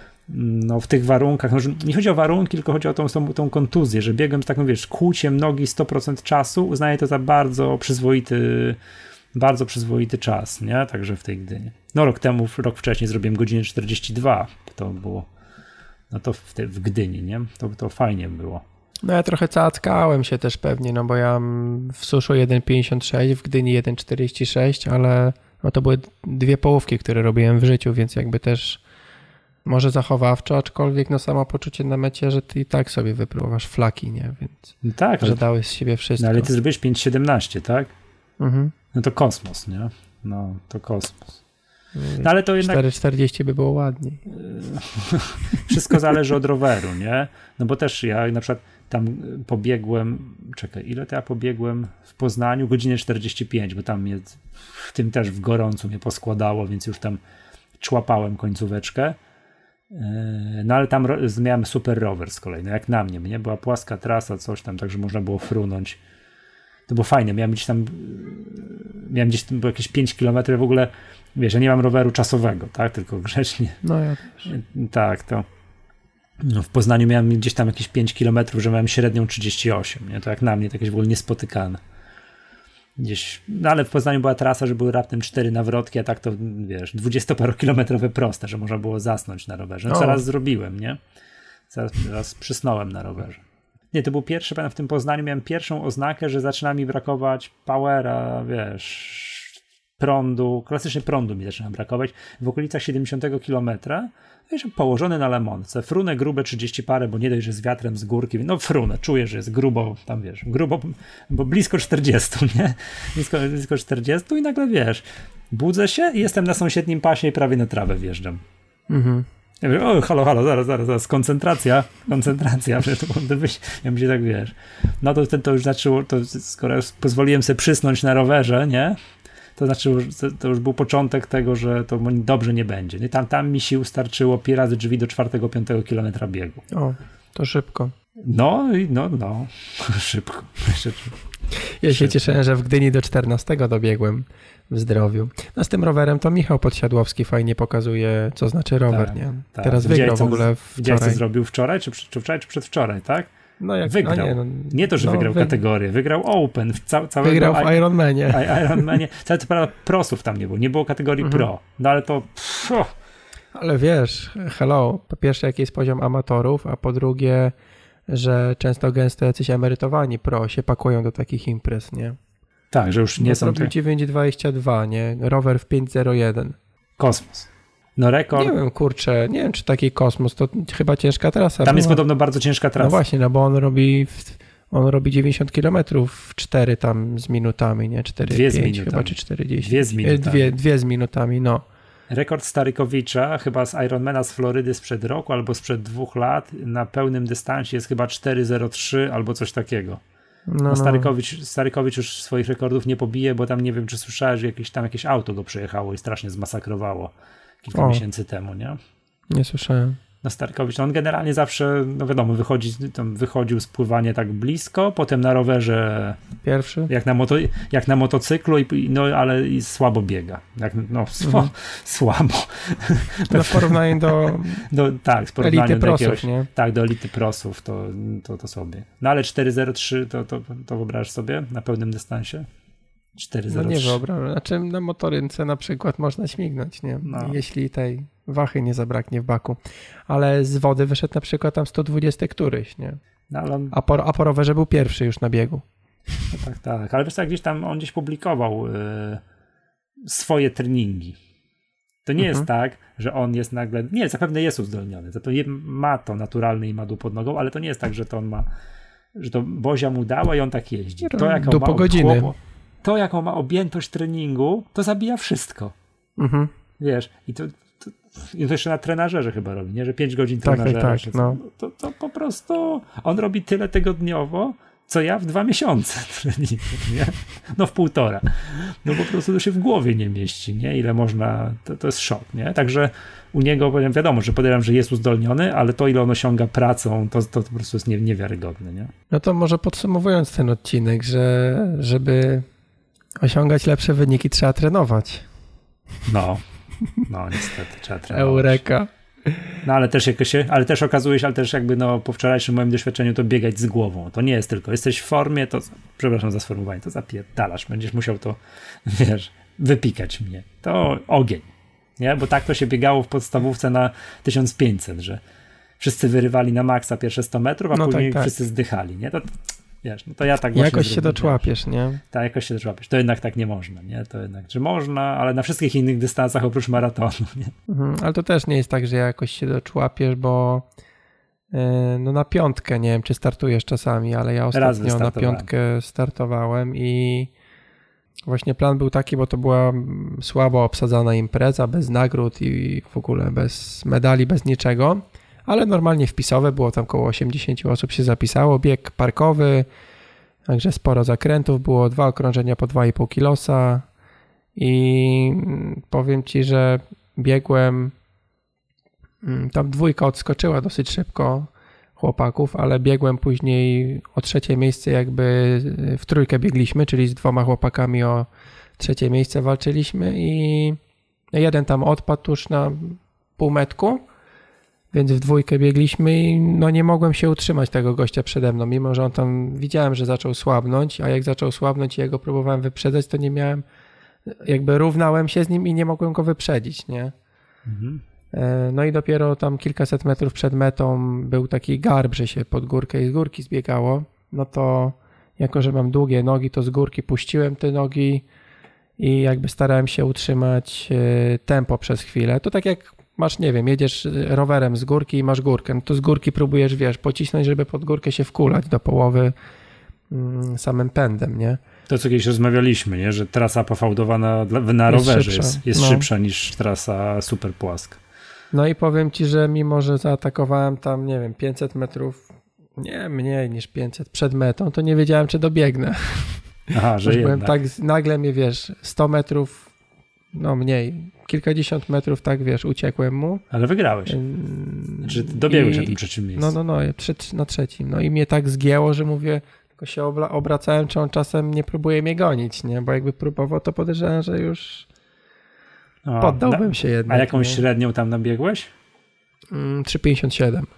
no w tych warunkach, no, nie chodzi o warunki, tylko chodzi o tą, tą, tą kontuzję, że biegłem z taką, wiesz, kłuciem nogi sto procent czasu, uznaję to za bardzo przyzwoity bardzo przyzwoity czas, nie? Także w tej Gdyni. No rok temu, rok wcześniej zrobiłem godzinę czterdzieści dwa. To było, no to w, te, w Gdyni, nie? To, to fajnie było. No ja trochę cackałem się też pewnie, no bo ja w suszu jeden pięćdziesiąt sześć, w Gdyni jeden czterdzieści sześć, ale no to były dwie połówki, które robiłem w życiu, więc jakby też może zachowawczo, aczkolwiek no samo poczucie na mecie, że ty i tak sobie wypływasz flaki, nie? Więc no tak, że ale, dałeś z siebie wszystko. No ale ty zrobiłeś pięć siedemnaście, tak? Mhm. No to kosmos, nie? No to kosmos. No ale to jednak cztery czterdzieści by było ładniej. Wszystko zależy od roweru, nie? No bo też ja na przykład tam pobiegłem, czekaj, ile to ja pobiegłem w Poznaniu? Godzinę czterdzieści pięć, bo tam mnie, w tym też w gorącu mnie poskładało, więc już tam człapałem końcóweczkę. No ale tam miałem super rower z kolei, no jak na mnie, nie? Była płaska trasa, coś tam, także można było frunąć. To było fajne, miałem gdzieś tam miałem gdzieś tam jakieś pięć kilometrów w ogóle, wiesz, ja nie mam roweru czasowego, tak, tylko grzecznie. No ja też. Tak, to no, w Poznaniu miałem gdzieś tam jakieś pięć kilometrów, że miałem średnią trzydzieści osiem, nie, to jak na mnie, to jakieś w ogóle niespotykane. Gdzieś, no ale w Poznaniu była trasa, że były raptem cztery nawrotki, a tak to, wiesz, dwudziestoparokilometrowe proste, że można było zasnąć na rowerze. No co raz zrobiłem, nie? Zaraz, zaraz przysnąłem na rowerze. Nie, to był pierwszy, w tym Poznaniu miałem pierwszą oznakę, że zaczyna mi brakować powera, wiesz, prądu, klasycznie prądu mi zaczyna brakować. W okolicach siedemdziesiątego kilometra, wiesz, położony na lemonce, frunę grube trzydzieści parę, bo nie dość, że z wiatrem z górki, no frunę, czuję, że jest grubo, tam wiesz, grubo, bo blisko czterdziestu, nie? Blisko, blisko czterdziestu i nagle, wiesz, budzę się i jestem na sąsiednim pasie i prawie na trawę wjeżdżam. Mhm. Ja mówię, o, halo, halo, zaraz, zaraz, zaraz, koncentracja, koncentracja, gdybyś, ja bym się tak, wiesz, no to wtedy to już zaczęło, to skoro już pozwoliłem sobie przysnąć na rowerze, nie, to znaczy, to już był początek tego, że to dobrze nie będzie. I tam, tam mi sił starczyło pi razy drzwi do czwartego, piątego kilometra biegu. O, to szybko. No, no, no, szybko. Ja się cieszę, że w Gdyni do czternastego dobiegłem w zdrowiu. No z tym rowerem to Michał Podsiadłowski fajnie pokazuje, co znaczy rower, tak, nie? Tak. Teraz wygrał widziałeś, w ogóle wczoraj. Widziałeś, co zrobił wczoraj, czy, czy wczoraj, czy przedwczoraj, tak? No jak, wygrał. Nie, no, nie to, że no, wygrał wy... kategorię, wygrał Open. W ca całego wygrał w Ironmanie. Ironmanie. Cały to prawda, prosów tam nie było, nie było kategorii mhm. pro. No ale to... Pff. Ale wiesz, hello, po pierwsze jaki jest poziom amatorów, a po drugie, że często gęsto jacyś emerytowani pro się pakują do takich imprez, nie? Tak, że już nie no, są... Zrobił te... dziewięć dwadzieścia dwa, nie? Rower w pięć zero jeden. Kosmos. No rekord... Nie wiem, kurczę, nie wiem, czy taki kosmos, to chyba ciężka trasa. Tam była. jest podobno bardzo ciężka trasa. No właśnie, no bo on robi... On robi dziewięćdziesiąt kilometrów w cztery tam z minutami, nie? cztery pięć chyba, czy czterdzieści. Dwie z minutami. Dwie, dwie z minutami, no. Rekord Starykowicza, chyba z Ironmana z Florydy sprzed roku albo sprzed dwóch lat, na pełnym dystansie jest chyba cztery zero trzy albo coś takiego. No, no. Starykowicz, Starykowicz już swoich rekordów nie pobije, bo tam nie wiem, czy słyszałeś, że jakieś, tam jakieś auto go przejechało i strasznie zmasakrowało kilka o, miesięcy temu, nie? Nie słyszałem. No Starykowicz, no on generalnie zawsze, no wiadomo, wychodzi, tam wychodził z pływania tak blisko, potem na rowerze pierwszy, jak na, moto, jak na motocyklu, i, no ale i słabo biega. Jak, no sło, mhm. słabo. No w porównaniu do, do tak, w porównaniu elity do prosów, jakiegoś, nie? Tak, do elity prosów, to, to, to sobie. No ale cztery zero trzy to, to, to wyobrażasz sobie na pełnym dystansie? cztery zero trzy. No nie wyobrażam. Znaczy na motorynce na przykład można śmignąć, nie? No. Jeśli tej wachy nie zabraknie w baku. Ale z wody wyszedł na przykład tam sto dwadzieścia któryś, nie? No, ale on... a, po, a po rowerze był pierwszy już na biegu. No tak, tak. Ale wiesz co, gdzieś tam on gdzieś publikował yy, swoje treningi. To nie mhm. jest tak, że on jest nagle... Nie, zapewne jest uzdolniony. Zapewne ma to naturalny imadł pod nogą, ale to nie jest tak, że to on ma... że to Bozia mu dała i on tak jeździ. To, jaką do ma po godziny. Chłopo, to, jaką ma objętość treningu, to zabija wszystko. Mhm. Wiesz, i to, to, i to jeszcze na trenażerze chyba robi, nie? Że pięć godzin tak, trenażera. Tak, tak, no. to, to po prostu on robi tyle tygodniowo, co ja w dwa miesiące treningu, nie? No w półtora. No po prostu to się w głowie nie mieści, nie? Ile można, to, to jest szok, nie? Także u niego, powiem, wiadomo, że podejrzewam, że jest uzdolniony, ale to, ile on osiąga pracą, to, to, to po prostu jest nie, niewiarygodne, nie? No to może podsumowując ten odcinek, że żeby osiągać lepsze wyniki, trzeba trenować. No, no niestety trzeba trenować. Eureka. No ale też jakoś się, ale też okazuje się, ale też jakby no po wczorajszym moim doświadczeniu to biegać z głową. To nie jest tylko, jesteś w formie, to, przepraszam za sformułowanie, to zapierdalasz. Będziesz musiał to, wiesz, wypikać mnie. To ogień, nie? Bo tak to się biegało w podstawówce na tysiąc pięćset, że wszyscy wyrywali na maksa pierwsze sto metrów, a no później tak, tak. wszyscy zdychali, nie? To wiesz, no to ja tak właśnie jakoś się doczłapiesz, nie? Tak, jakoś się doczłapiesz. To jednak tak nie można, nie? To jednak, że można, ale na wszystkich innych dystansach oprócz maratonu, nie? Mhm, ale to też nie jest tak, że jakoś się doczłapiesz, bo yy, no na piątkę, nie wiem, czy startujesz czasami, ale ja ostatnio na piątkę startowałem i właśnie plan był taki, bo to była słabo obsadzana impreza, bez nagród i w ogóle bez medali, bez niczego. Ale normalnie wpisowe, było tam około osiemdziesiąt osób się zapisało, bieg parkowy, także sporo zakrętów, było dwa okrążenia po dwa i pół kilosa i powiem Ci, że biegłem, tam dwójka odskoczyła dosyć szybko chłopaków, ale biegłem później o trzecie miejsce, jakby w trójkę biegliśmy, czyli z dwoma chłopakami o trzecie miejsce walczyliśmy i jeden tam odpadł tuż na półmetku. Więc w dwójkę biegliśmy i no nie mogłem się utrzymać tego gościa przede mną, mimo że on tam, widziałem, że zaczął słabnąć, a jak zaczął słabnąć i ja go próbowałem wyprzedzać, to nie miałem, jakby równałem się z nim i nie mogłem go wyprzedzić, nie? Mhm. No i dopiero tam kilkaset metrów przed metą był taki garb, że się pod górkę i z górki zbiegało, no to jako, że mam długie nogi, to z górki puściłem te nogi i jakby starałem się utrzymać tempo przez chwilę. To tak jak masz, nie wiem, jedziesz rowerem z górki i masz górkę, no to z górki próbujesz, wiesz, pocisnąć, żeby pod górkę się wkulać do połowy mm, samym pędem, nie? To, co kiedyś rozmawialiśmy, nie? Że trasa pofałdowana na rowerze jest, szybsza, jest, jest no. szybsza niż trasa super płaska. No i powiem ci, że mimo, że zaatakowałem tam, nie wiem, pięćset metrów, nie, mniej niż pięćset przed metą, to nie wiedziałem, czy dobiegnę. Aha, że byłem jednak. tak, nagle mnie, wiesz, sto metrów, no mniej, kilkadziesiąt metrów, tak, wiesz, uciekłem mu. Ale wygrałeś. Znaczy dobiegłeś I, na tym trzecim miejscu. No, no, no, na trzecim. No i mnie tak zgięło, że mówię, tylko się obla- obracałem, czy on czasem nie próbuje mnie gonić, nie? Bo jakby próbował, to podejrzewam, że już o, poddałbym na, się jednak. A jakąś nie? średnią tam nabiegłeś? Mm, trzy pięćdziesiąt siedem.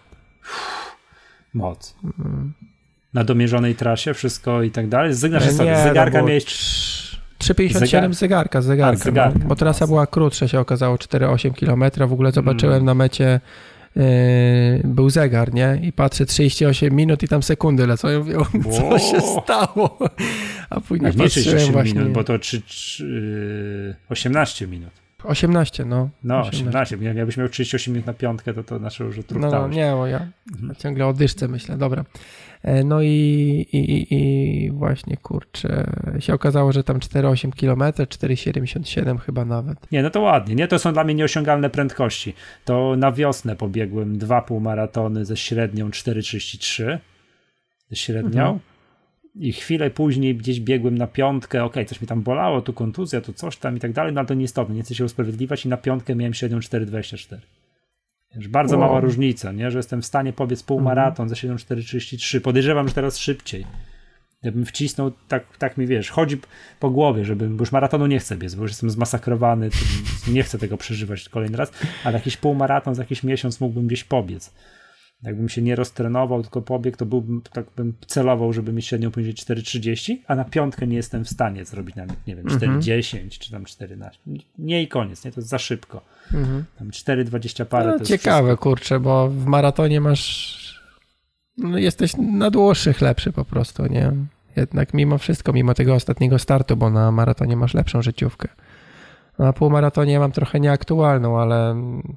Moc. Mm. Na domierzonej trasie wszystko i tak dalej? Znaczy, nie, sobie, zegarka no miałeś... trzy pięćdziesiąt siedem Zegar... zegarka, zegarka, A, zegarka. No, bo trasa była krótsza, się okazało cztery osiem kilometrów. W ogóle zobaczyłem mm. na mecie yy, był zegar, nie? I patrzę trzydzieści osiem minut i tam sekundy lecą. Ja mówię, co wow. się stało? A później nie patrzyłem właśnie... minut, bo to trzy, trzy, osiemnaście minut. osiemnaście, no. No, osiemnaście. Jakbyś miał trzydzieści osiem minut na piątkę, to to znaczy, że truchtałeś. No, no nie, bo ja mhm. ciągle o dyszce myślę. Dobra. No i, i, i właśnie, kurczę, się okazało, że tam cztery osiem kilometrów, cztery siedemdziesiąt siedem chyba nawet. Nie, no to ładnie, nie? To są dla mnie nieosiągalne prędkości. To na wiosnę pobiegłem dwa półmaratony ze średnią cztery trzydzieści trzy, ze średnią mhm. i chwilę później gdzieś biegłem na piątkę, okej, okay, coś mi tam bolało, tu kontuzja, tu coś tam i tak dalej, no ale to nieistotne, nie chcę się usprawiedliwiać i na piątkę miałem średnią cztery dwadzieścia cztery. Bardzo wow. mała różnica, nie? Że jestem w stanie pobiec półmaraton mm. za siedem cztery trzydzieści trzy. Podejrzewam, że teraz szybciej. Gdybym wcisnął, tak, tak mi wiesz, chodzi po głowie, żebym, bo już maratonu nie chcę biec, bo już jestem zmasakrowany, nie chcę tego przeżywać kolejny raz, ale jakiś półmaraton za jakiś miesiąc mógłbym gdzieś pobiec. Jakbym się nie roztrenował, tylko pobiegł, to byłbym, tak bym celował, żeby mieć średnią poniżej cztery trzydzieści, a na piątkę nie jestem w stanie zrobić nawet, nie wiem, cztery dziesięć czy tam czternaście. Nie i koniec, nie? To jest za szybko. Mhm. Tam cztery dwadzieścia parę no, to jest ciekawe, wszystko. Kurczę, bo w maratonie masz, no, jesteś na dłuższych lepszy po prostu, nie? Jednak mimo wszystko, mimo tego ostatniego startu, bo na maratonie masz lepszą życiówkę. Na półmaratonie mam trochę nieaktualną, ale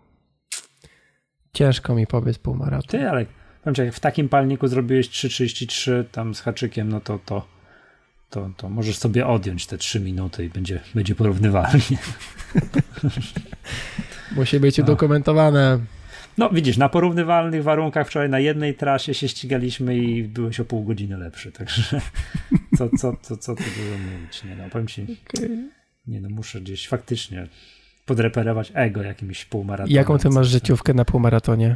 ciężko mi pobiec półmaraton. Ty, ale powiem ci, jak w takim palniku zrobiłeś trzy trzydzieści trzy tam z haczykiem, no to to, to, to możesz sobie odjąć te trzy minuty i będzie, będzie porównywalnie. Musi być udokumentowane. No widzisz, na porównywalnych warunkach wczoraj na jednej trasie się ścigaliśmy i byłeś o pół godziny lepszy, także co, co, co, co tu dużo mówić, nie no, powiem ci, okay. nie no, muszę gdzieś faktycznie podreperować ego jakimś półmaratonem. Jaką ty masz życiówkę na półmaratonie?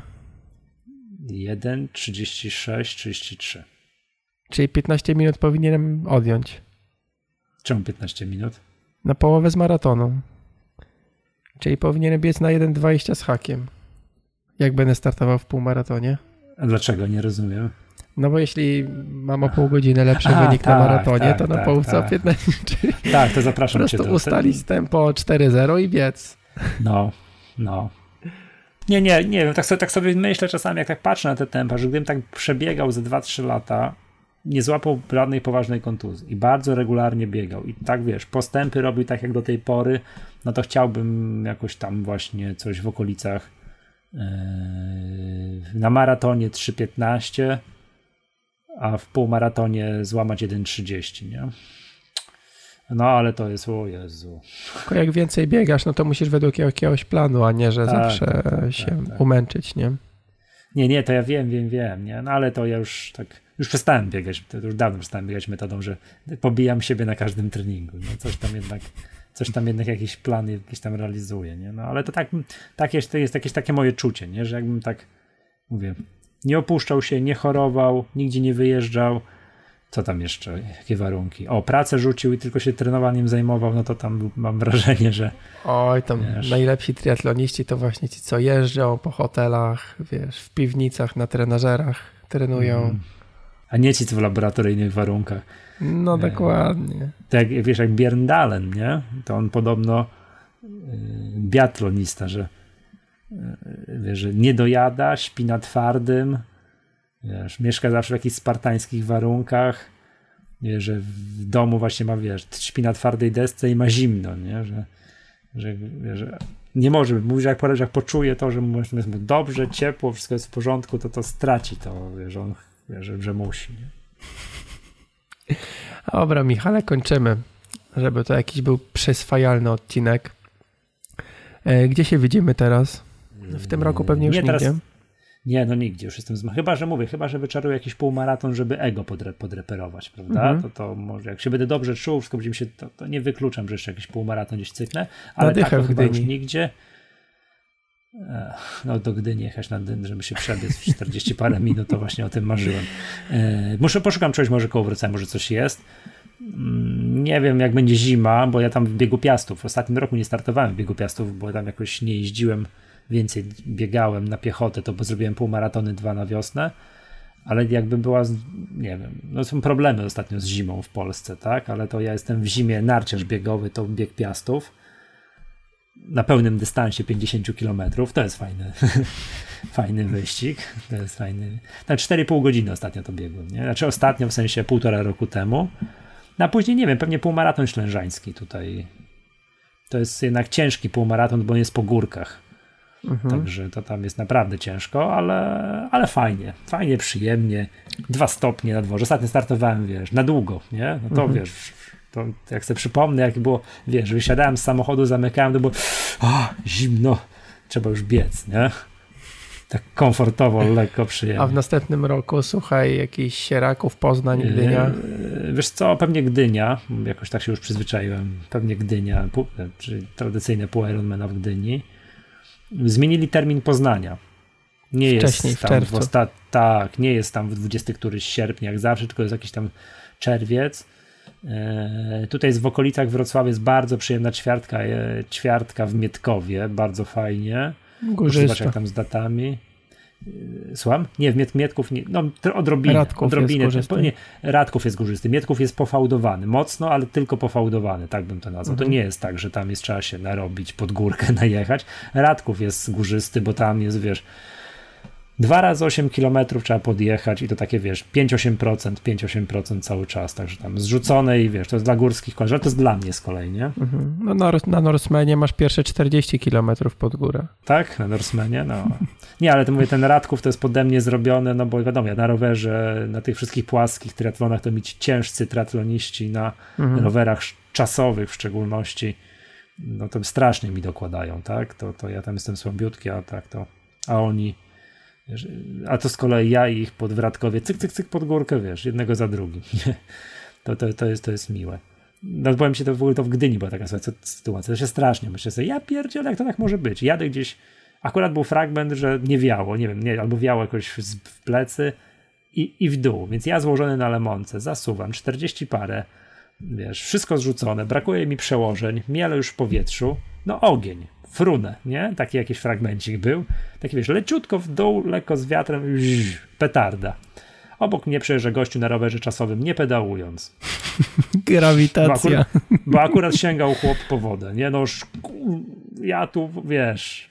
jeden trzydzieści sześć trzydzieści trzy. Czyli piętnaście minut powinienem odjąć. Czemu piętnaście minut? Na połowę z maratonu. Czyli powinienem biec na jeden dwadzieścia z hakiem. Jak będę startował w półmaratonie. A dlaczego? Nie rozumiem. No bo jeśli mam o pół godziny lepszy A, wynik tak, na maratonie, tak, to na tak, połówce tak. o piętnaście. Tak, to zapraszam po cię. Po prostu ustalić tempo cztery zero i biec. No, no. Nie, nie, nie wiem, tak sobie, tak sobie myślę czasami, jak tak patrzę na te tempa, że gdybym tak przebiegał ze dwa trzy lata, nie złapał żadnej poważnej kontuzji i bardzo regularnie biegał i tak wiesz, postępy robił tak jak do tej pory, no to chciałbym jakoś tam właśnie coś w okolicach yy, na maratonie trzy piętnaście, a w półmaratonie złamać jeden trzydzieści, nie? No ale to jest, o Jezu. Tylko jak więcej biegasz, no to musisz według jakiegoś planu, a nie, że tak, zawsze tak, się tak, tak. umęczyć, nie? Nie, nie, to ja wiem, wiem, wiem, nie? No ale to ja już tak, już przestałem biegać, to już dawno przestałem biegać metodą, że pobijam siebie na każdym treningu, no coś tam jednak, coś tam jednak jakiś plan jakiś tam realizuję, nie? No ale to tak, tak jest, to jest jakieś takie moje czucie, nie? Że jakbym tak, mówię, nie opuszczał się, nie chorował, nigdzie nie wyjeżdżał. Co tam jeszcze? Jakie warunki? O, pracę rzucił i tylko się trenowaniem zajmował, no to tam mam wrażenie, że... Oj, tam wiesz, najlepsi triatloniści to właśnie ci, co jeżdżą po hotelach, wiesz, w piwnicach, na trenażerach trenują. Mm. A nie ci, co w laboratoryjnych warunkach. No e, dokładnie. Tak jak, wiesz, jak Bjerndalen, nie? To on podobno y, biatlonista, że, y, wiesz, że nie dojada, śpi na twardym, wiesz, mieszka zawsze w jakichś spartańskich warunkach, wiesz, że w domu właśnie ma, wiesz, śpi na twardej desce i ma zimno, nie? Że, że, wiesz, że nie może, mówi, że jak, jak poczuje to, że mu jest mu dobrze, ciepło, wszystko jest w porządku, to to straci to, wiesz, że on, wiesz, że, że musi. Nie? Dobra, Michale, kończymy, żeby to jakiś był przyswajalny odcinek. Gdzie się widzimy teraz? W tym roku pewnie już nie, nigdzie. Teraz, nie, no nigdzie, już jestem zma... Chyba, że mówię, chyba, że wyczaruję jakiś półmaraton, żeby ego podre... podreperować, prawda? Mhm. To, to może, jak się będę dobrze czuł, wszystko będzie mi się, to, to nie wykluczam, że jeszcze jakiś półmaraton gdzieś cyknę, ale tak to chyba już nigdzie. No do Gdyni jechać na Dyn, żeby się przebiec w czterdzieści parę minut, to właśnie o tym marzyłem. Muszę, poszukam czegoś, może koło Wrocławia, może coś jest. Nie wiem, jak będzie zima, bo ja tam w Biegu Piastów, w ostatnim roku nie startowałem w Biegu Piastów, bo tam jakoś nie jeździłem, więcej biegałem na piechotę, to bo zrobiłem półmaratony dwa na wiosnę, ale jakby była, nie wiem, no są problemy ostatnio z zimą w Polsce, tak, ale to ja jestem w zimie narciarz biegowy, to Bieg Piastów, na pełnym dystansie pięćdziesiąt kilometrów, to jest fajny, fajny wyścig, to jest fajny, na cztery i pół godziny ostatnio to biegłem, nie? Znaczy ostatnio w sensie półtora roku temu, no a później nie wiem, pewnie półmaraton ślężański tutaj, to jest jednak ciężki półmaraton, bo on jest po górkach, mhm. Także to tam jest naprawdę ciężko, ale, ale fajnie, fajnie, przyjemnie, dwa stopnie na dworze, ostatnio startowałem, wiesz, na długo, nie, no to mhm. wiesz, to jak sobie przypomnę, jak było, wiesz, wysiadałem z samochodu, zamykałem, to było o, zimno, trzeba już biec, nie? Tak komfortowo, lekko, przyjemnie. A w następnym roku, słuchaj, jakiś Sieraków, Poznań, Gdynia? Wiesz co, pewnie Gdynia, jakoś tak się już przyzwyczaiłem, pewnie Gdynia, pół, czyli tradycyjne pół Ironmana w Gdyni. Zmienili termin Poznania. Nie Wcześniej, jest tam w czerwcu. W osta- tak, nie jest tam w dwudziestego któryś sierpnia, jak zawsze, tylko jest jakiś tam czerwiec. E, tutaj jest w okolicach Wrocławia jest bardzo przyjemna ćwiartka, e, ćwiartka w Mietkowie, bardzo fajnie. Zobacz jak tam z datami. E, słucham? Nie, w Miet, Mietków, nie, no odrobinę. Radków odrobinę jest górzysty. Nie, Radków jest górzysty. Mietków jest pofałdowany, mocno, ale tylko pofałdowany, tak bym to nazwał. Mhm. To nie jest tak, że tam jest trzeba się narobić, pod górkę najechać. Radków jest górzysty, bo tam jest, wiesz, dwa razy osiem kilometrów trzeba podjechać i to takie, wiesz, pięć osiem procent, pięć osiem procent cały czas, także tam zrzucone i wiesz, to jest dla górskich koleżanek, to jest dla mnie z kolei, nie? Mhm. No na, na Norsemanie masz pierwsze czterdzieści kilometrów pod górę. Tak? Na Norsemanie? No. Nie, ale to mówię, ten Radków to jest pode mnie zrobione, no bo wiadomo, ja na rowerze, na tych wszystkich płaskich triatlonach to mieć ciężcy triatloniści na mhm. rowerach czasowych w szczególności, no to strasznie mi dokładają, tak? To, to ja tam jestem słabiutki, a tak to, a oni a to z kolei ja ich pod Wratkowie cyk, cyk, cyk pod górkę, wiesz, jednego za drugim. to, to, to, jest, to jest miłe. No powiem ci, to w ogóle to w Gdyni była taka sytuacja, to się strasznie, myślę sobie, ja pierdzielę, jak to tak może być. Jadę gdzieś, akurat był fragment, że nie wiało, nie wiem, nie, albo wiało jakoś w plecy i, i w dół, więc ja złożony na lemonce, zasuwam, czterdzieści parę, wiesz, wszystko zrzucone, brakuje mi przełożeń, miele już w powietrzu, no ogień. Frunę, nie? Taki jakiś fragmencik był. Taki wiesz, leciutko w dół, lekko z wiatrem, żż, petarda. Obok mnie przejeżdża gościu na rowerze czasowym, nie pedałując. Grawitacja. Bo akurat, bo akurat sięgał chłop po wodę, nie? No ja tu, wiesz...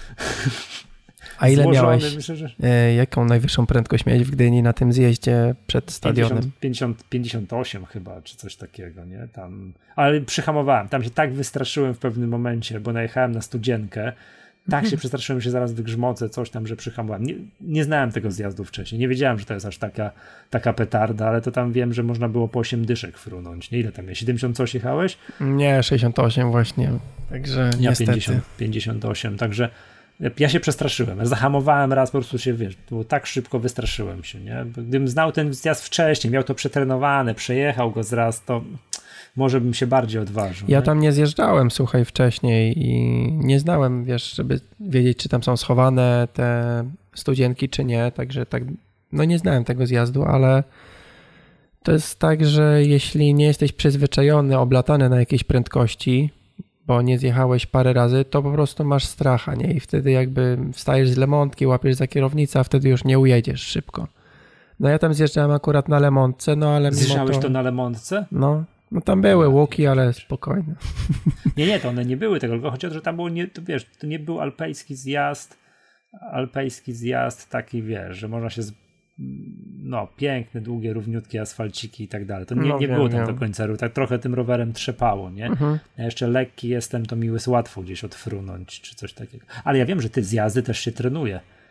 A ile złożony, miałeś, myślę, że... e, jaką najwyższą prędkość miałeś w Gdyni na tym zjeździe przed stadionem? pięćdziesiąt, pięćdziesiąt, pięćdziesiąt osiem chyba, czy coś takiego, nie? Tam, ale przyhamowałem, tam się tak wystraszyłem w pewnym momencie, bo najechałem na studzienkę, tak się przestraszyłem, że się zaraz wygrzmocę, coś tam, że przyhamowałem. Nie, nie znałem tego zjazdu wcześniej, nie wiedziałem, że to jest aż taka, taka petarda, ale to tam wiem, że można było po osiem dyszek frunąć, nie? Ile tam jest? siedemdziesiąt coś jechałeś? Nie, sześćdziesiąt osiem właśnie, także ja niestety. pięćdziesiąt, pięćdziesiąt osiem, także ja się przestraszyłem, zahamowałem raz, po prostu się, wiesz, było tak szybko, wystraszyłem się, nie? Gdybym znał ten zjazd wcześniej, miał to przetrenowane, przejechał go zraz, to może bym się bardziej odważył. Ja nie? tam nie zjeżdżałem, słuchaj, wcześniej i nie znałem, wiesz, żeby wiedzieć, czy tam są schowane te studzienki, czy nie, także tak, no nie znałem tego zjazdu, ale to jest tak, że jeśli nie jesteś przyzwyczajony, oblatany na jakiejś prędkości, bo nie zjechałeś parę razy, to po prostu masz stracha, nie? I wtedy jakby wstajesz z lemontki, łapiesz za kierownicę, a wtedy już nie ujedziesz szybko. No ja tam zjeżdżałem akurat na lemontce, no ale mimo Zjeżdżałeś to... to na lemontce? No, no tam były łuki, ale spokojnie. Nie, nie, to one nie były tego, tylko chodzi o to, że tam było, nie, to wiesz, to nie był alpejski zjazd, alpejski zjazd taki, wiesz, że można się z... no, piękne, długie, równiutkie asfalciki i tak dalej. To nie, no, nie wiem, było tam wiem. do końca, tak trochę tym rowerem trzepało, nie? Mhm. Ja jeszcze lekki jestem, to mi jest łatwo gdzieś odfrunąć, czy coś takiego. Ale ja wiem, że ty zjazdy też się trenuje.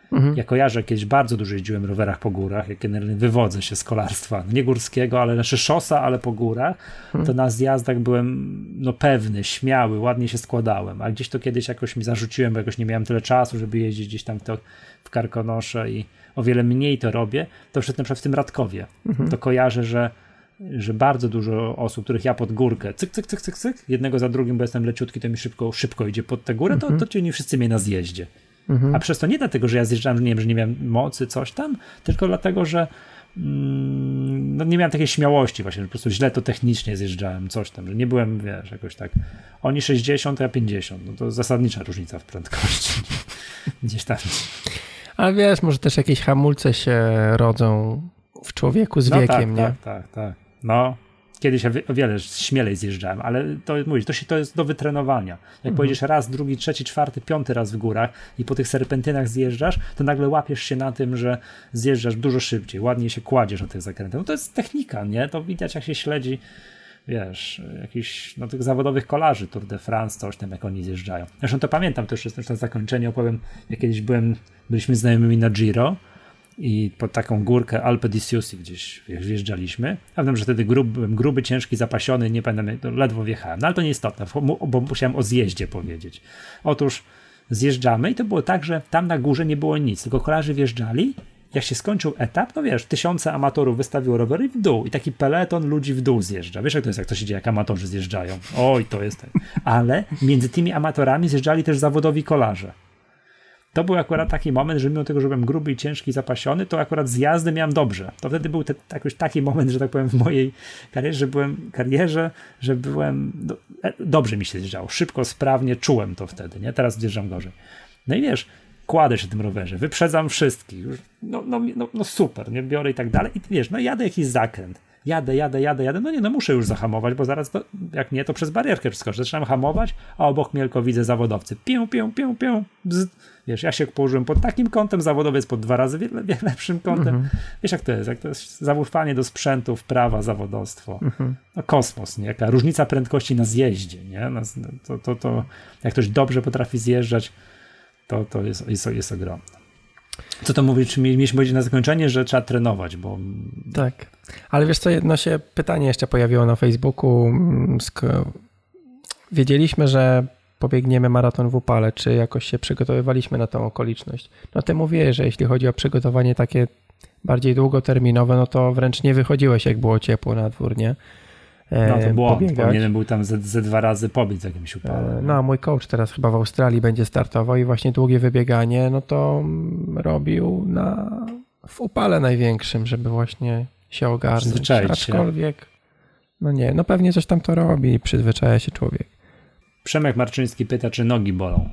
Mhm. Ja kojarzę, kiedyś bardzo dużo jeździłem w rowerach po górach, jak generalnie wywodzę się z kolarstwa, nie górskiego, ale znaczy szosa, ale po górach, mhm. to na zjazdach byłem no pewny, śmiały, ładnie się składałem, a gdzieś to kiedyś jakoś mi zarzuciłem, bo jakoś nie miałem tyle czasu, żeby jeździć gdzieś tam w, to, w Karkonosze i o wiele mniej to robię, to przed na przykład w tym Radkowie, mhm. to kojarzę, że że bardzo dużo osób, których ja pod górkę, cyk, cyk, cyk, cyk, cyk, jednego za drugim, bo jestem leciutki, to mi szybko, szybko idzie pod tę górę, mhm. to, to ci nie wszyscy mnie na zjeździe. Mhm. A przez to nie dlatego, że ja zjeżdżałem, że nie wiem, że nie miałem mocy, coś tam, tylko dlatego, że mm, no nie miałem takiej śmiałości właśnie, że po prostu źle to technicznie zjeżdżałem, coś tam, że nie byłem, wiesz, jakoś tak, oni sześćdziesiąt, a ja pięćdziesiąt, no to zasadnicza różnica w prędkości. Gdzieś tam. Ale wiesz, może też jakieś hamulce się rodzą w człowieku z no wiekiem, tak, nie? tak, tak, tak. No, kiedyś o wiele śmielej zjeżdżałem, ale to mówisz, to, się, to jest do wytrenowania. Jak mhm. pojedziesz raz, drugi, trzeci, czwarty, piąty raz w górach i po tych serpentynach zjeżdżasz, to nagle łapiesz się na tym, że zjeżdżasz dużo szybciej, ładnie się kładziesz na tych zakrętach. No to jest technika, nie? To widać, jak się śledzi, wiesz, jakichś no, tych zawodowych kolarzy Tour de France, coś tam, jak oni zjeżdżają. Zresztą to pamiętam, to już jest na zakończenie opowiem, jak kiedyś byłem, byliśmy znajomymi na Giro i pod taką górkę Alpe di Siusi gdzieś wjeżdżaliśmy. Ja wiem, że wtedy gruby, byłem gruby, ciężki, zapasiony, nie pamiętam, ledwo wjechałem. No ale to nieistotne, bo musiałem o zjeździe powiedzieć. Otóż zjeżdżamy i to było tak, że tam na górze nie było nic, tylko kolarze wjeżdżali. Jak się skończył etap, no wiesz, tysiące amatorów wystawiło rowery w dół i taki peleton ludzi w dół zjeżdża. Wiesz, jak to jest, jak to się dzieje, jak amatorzy zjeżdżają. Oj, to jest tak. Ale między tymi amatorami zjeżdżali też zawodowi kolarze. To był akurat taki moment, że mimo tego, że byłem gruby i ciężki, zapasiony, to akurat z jazdy miałem dobrze. To wtedy był te, jakoś taki moment, że tak powiem, w mojej karierze, że byłem, karierze, że byłem, do, dobrze mi się zjeżdżało, szybko, sprawnie, czułem to wtedy, nie? Teraz zjeżdżam gorzej. No i wiesz, kładę się tym rowerze, wyprzedzam wszystkich, już, no, no, no, no super, nie, biorę i tak dalej i wiesz, no jadę jakiś zakręt. Jadę, jadę, jadę, jadę, no nie, no muszę już zahamować, bo zaraz, to, jak nie, to przez barierkę przeskoczę. Zaczynam hamować, a obok mnie tylko widzę zawodowcy. Pię, pię, pię, pię, bzz. Wiesz, ja się położyłem pod takim kątem, zawodowiec pod dwa razy wiele, wiele lepszym kątem. Mm-hmm. Wiesz, jak to jest, jak to jest zaufanie do sprzętu, wprawa, zawodowstwo. Mm-hmm. No kosmos, nie? Jaka różnica prędkości na zjeździe, nie? To, to, to, jak ktoś dobrze potrafi zjeżdżać, to, to jest, jest, jest ogromne. Co to mówić, czy mieliśmy powiedzieć na zakończenie, że trzeba trenować, bo... Tak, ale wiesz co, jedno się pytanie jeszcze pojawiło na Facebooku. Wiedzieliśmy, że pobiegniemy maraton w upale, czy jakoś się przygotowywaliśmy na tą okoliczność. No ty mówiłeś, że jeśli chodzi o przygotowanie takie bardziej długoterminowe, no to wręcz nie wychodziłeś, jak było ciepło na dwór, nie? No to błąd, pobiegać. Powinienem był tam ze, ze dwa razy pobiec z jakimś upałem. No a mój coach teraz chyba w Australii będzie startował i właśnie długie wybieganie, no to robił na, w upale największym, żeby właśnie się ogarnąć. Przyzwyczaić Aczkolwiek, się. no nie, no pewnie coś tam to robi i przyzwyczaja się człowiek. Przemek Marczyński pyta, czy nogi bolą.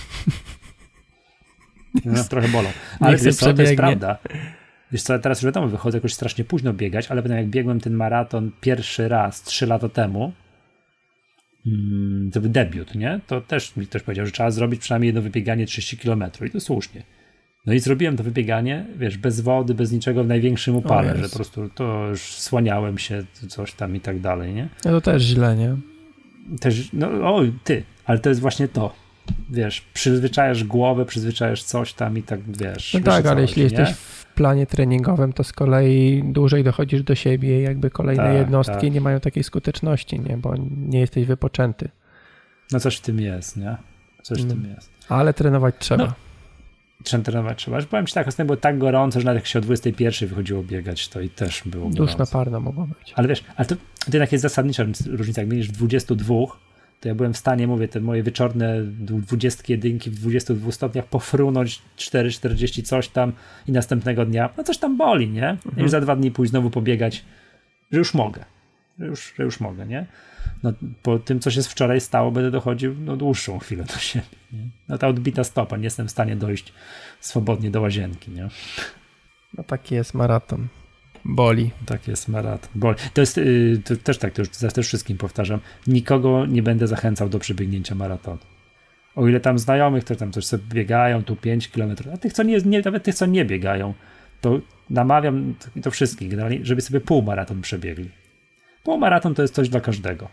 No trochę bolą. Ale wiesz co, to jest prawda. Wiesz co, teraz już wiadomo, wychodzę jakoś strasznie późno biegać, ale potem jak biegłem ten maraton pierwszy raz trzy lata temu, to był debiut, nie? To też mi ktoś powiedział, że trzeba zrobić przynajmniej jedno wybieganie trzydzieści kilometrów i to słusznie. No i zrobiłem to wybieganie, wiesz, bez wody, bez niczego w największym upale, że po prostu to już słaniałem się, coś tam i tak dalej, nie? No to też źle, nie? Też, no oj, ty, ale to jest właśnie to. Wiesz, przyzwyczajasz głowę, przyzwyczajasz coś tam i tak, wiesz. No tak, ale jeśli nie? jesteś w planie treningowym, to z kolei dłużej dochodzisz do siebie, jakby kolejne tak, jednostki tak. nie mają takiej skuteczności, nie? Bo nie jesteś wypoczęty. No coś w tym jest, nie? Coś w hmm. tym jest. Ale trenować trzeba. No, trzeba trenować trzeba. Aż powiem ci tak, ostatnio było tak gorąco, że nawet jak się o dwudziestej pierwszej wychodziło biegać, to i też było gorąco. Duszna parna mogło być. Ale wiesz, ale to, to jednak jest zasadnicza różnica. Jak mielisz dwudziestu dwóch, to ja byłem w stanie, mówię, te moje wieczorne dwudziestki jedynki w dwudziestu dwóch stopniach pofrunąć cztery czterdzieści coś tam i następnego dnia, no coś tam boli, nie? Mhm. I za dwa dni pójść znowu pobiegać, że już mogę, że już, że już mogę, nie? No po tym, co się wczoraj stało, będę dochodził no, dłuższą chwilę do siebie, nie? No ta odbita stopa, nie jestem w stanie dojść swobodnie do łazienki, nie? No taki jest maraton. Boli. Tak jest, maraton. Boli. To jest yy, to też tak, to już też wszystkim powtarzam, nikogo nie będę zachęcał do przebiegnięcia maratonu. O ile tam znajomych, to tam coś sobie biegają, tu pięć kilometrów, a tych, co nie, nie, nawet tych, co nie biegają, to namawiam to, to wszystkich generalnie, żeby sobie półmaraton przebiegli. Półmaraton to jest coś dla każdego.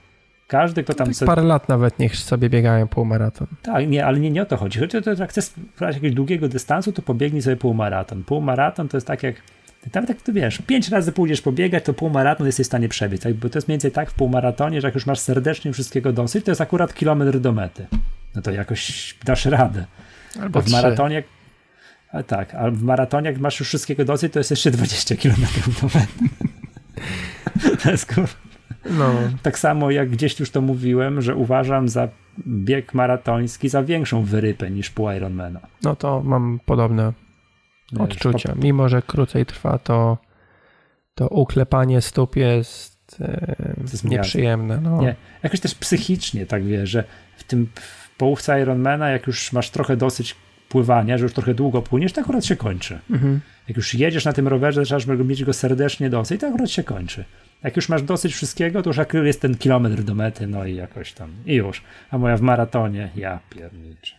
Każdy, kto tam... Tak parę lat nawet niech sobie biegają półmaraton. Tak, nie, ale nie, nie o to chodzi. Chodzi o to, że jak chcesz sprawdzić jakiegoś długiego dystansu, to pobiegnij sobie półmaraton. Półmaraton to jest tak jak... Nawet jak ty wiesz, pięć razy pójdziesz pobiegać, to półmaraton jesteś w stanie przebiec. Tak? Bo to jest mniej więcej tak w półmaratonie, że jak już masz serdecznie wszystkiego dosyć, to jest akurat kilometr do mety. No to jakoś dasz radę. Albo a w maratonie... A tak, a w maratonie jak masz już wszystkiego dosyć, to jest jeszcze dwadzieścia kilometrów do mety. To jest kur... No. Tak samo jak gdzieś już to mówiłem, że uważam za bieg maratoński za większą wyrypę niż pół Ironmana. No to mam podobne Wiesz, odczucia. Po... Mimo, że krócej trwa, to, to uklepanie stóp jest, e, jest nieprzyjemne. No. Nie. Jakoś też psychicznie tak wiesz, że w tym w połówce Ironmana, jak już masz trochę dosyć pływania, że już trochę długo płyniesz, to akurat się kończy. Mhm. Jak już jedziesz na tym rowerze, trzeba mieć go serdecznie dosyć, to akurat się kończy. Jak już masz dosyć wszystkiego, to już jest ten kilometr do mety, no i jakoś tam, i już. A moja w maratonie, ja pierniczę.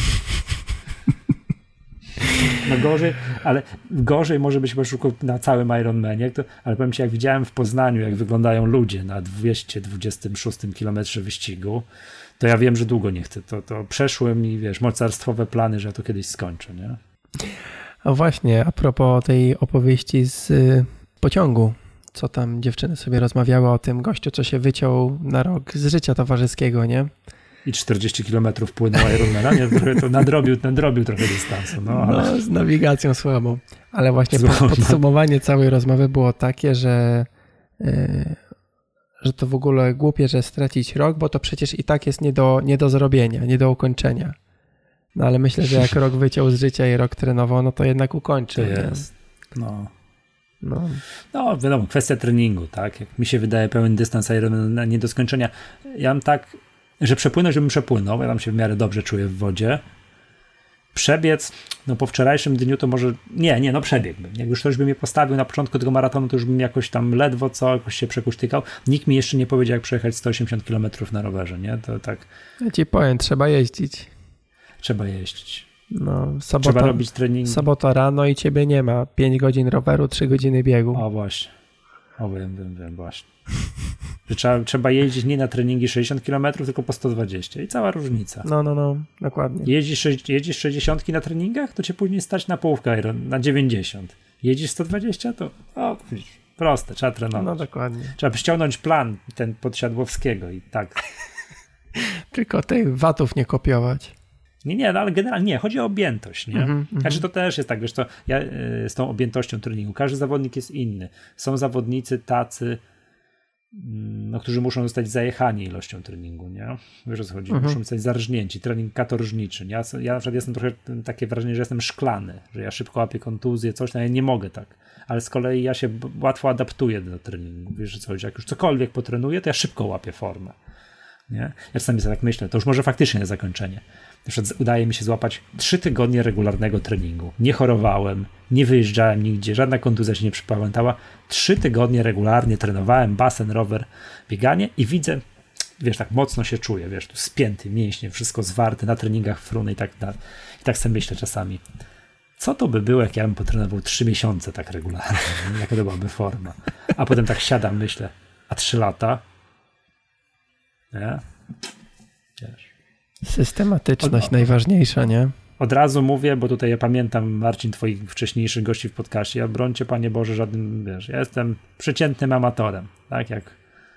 No gorzej, ale gorzej może być na całym Ironmanie, to, ale powiem ci, jak widziałem w Poznaniu, jak wyglądają ludzie na dwieście dwudziestym szóstym kilometrze wyścigu, to ja wiem, że długo nie chcę. To, to przeszły mi, wiesz, mocarstwowe plany, że ja to kiedyś skończę, nie? A właśnie, a propos tej opowieści z y, pociągu, co tam dziewczyny sobie rozmawiały o tym gościu, co się wyciął na rok z życia towarzyskiego, nie? I czterdzieści kilometrów płynął Ironmana, nie? Trochę to nadrobił, nadrobił trochę dystansu. No, ale... no z nawigacją słabą. Ale właśnie po, podsumowanie całej rozmowy było takie, że, yy, że to w ogóle głupie, że stracić rok, bo to przecież i tak jest nie do, nie do zrobienia, nie do ukończenia. No ale myślę, że jak rok wyciął z życia i rok trenował, no to jednak ukończy. To jest. No. No. no wiadomo, kwestia treningu, tak? Jak mi się wydaje, pełen dystans Ironmana nie do skończenia. Ja mam tak, że przepłynąć, żebym przepłynął, ja tam się w miarę dobrze czuję w wodzie. Przebiec, no po wczorajszym dniu to może, nie, nie, no przebiegłbym. Jak już ktoś by mnie postawił na początku tego maratonu, to już bym jakoś tam ledwo co, jakoś się przekuśtykał. Nikt mi jeszcze nie powiedział, jak przejechać sto osiemdziesiąt kilometrów na rowerze, nie? To tak. Ja ci powiem, trzeba jeździć. Trzeba jeździć. No, sobota, trzeba robić trening. Sobota rano i ciebie nie ma. pięć godzin roweru, trzy godziny biegu. O właśnie. O wiem, wiem, wiem, właśnie. Że trzeba, trzeba jeździć nie na treningi sześćdziesiąt kilometrów, tylko po sto dwadzieścia i cała różnica. No, no, no, dokładnie. Jeździsz, jeździsz sześćdziesiąt na treningach, to cię później stać na połówkę Iron, na dziewięćdziesiąt. Jeździsz sto dwadzieścia, to o, proste, trzeba trenować. No, dokładnie. Trzeba ściągnąć plan ten Podsiadłowskiego i tak. Tylko tych watów nie kopiować. Nie, nie, no ale generalnie nie, chodzi o objętość, nie? Mm-hmm, znaczy to też jest tak, wiesz, to ja y, z tą objętością treningu, każdy zawodnik jest inny. Są zawodnicy tacy, no, którzy muszą zostać zajechani ilością treningu, nie? Wiesz o co chodzi? Mm-hmm. Muszą zostać zarżnięci, trening katorżniczy. Ja, ja na przykład jestem trochę takie wrażenie, że jestem szklany, że ja szybko łapię kontuzję, coś, no ja nie mogę tak. Ale z kolei ja się b- łatwo adaptuję do treningu. Wiesz o co chodzi? Jak już cokolwiek potrenuję, to ja szybko łapię formę. Nie? Ja czasami sobie tak myślę, to już może faktycznie na zakończenie. Na przykład udaje mi się złapać trzy tygodnie regularnego treningu. Nie chorowałem, nie wyjeżdżałem nigdzie, żadna kontuzja się nie przypamiętała. Trzy tygodnie regularnie trenowałem, basen, rower, bieganie i widzę, wiesz, tak mocno się czuję, wiesz, tu spięty, mięśnie, wszystko zwarte, na treningach fruny i tak dalej. I tak sobie myślę czasami, co to by było, jak ja bym potrenował trzy miesiące tak regularnie, jaka to byłaby forma. A potem tak siadam, myślę, a trzy lata? Nie? Wiesz. Systematyczność od, najważniejsza, nie? Od razu mówię, bo tutaj ja pamiętam, Marcin, twoich wcześniejszych gości w podcaście, ja brońcie, Panie Boże, żadnym, wiesz, ja jestem przeciętnym amatorem, tak jak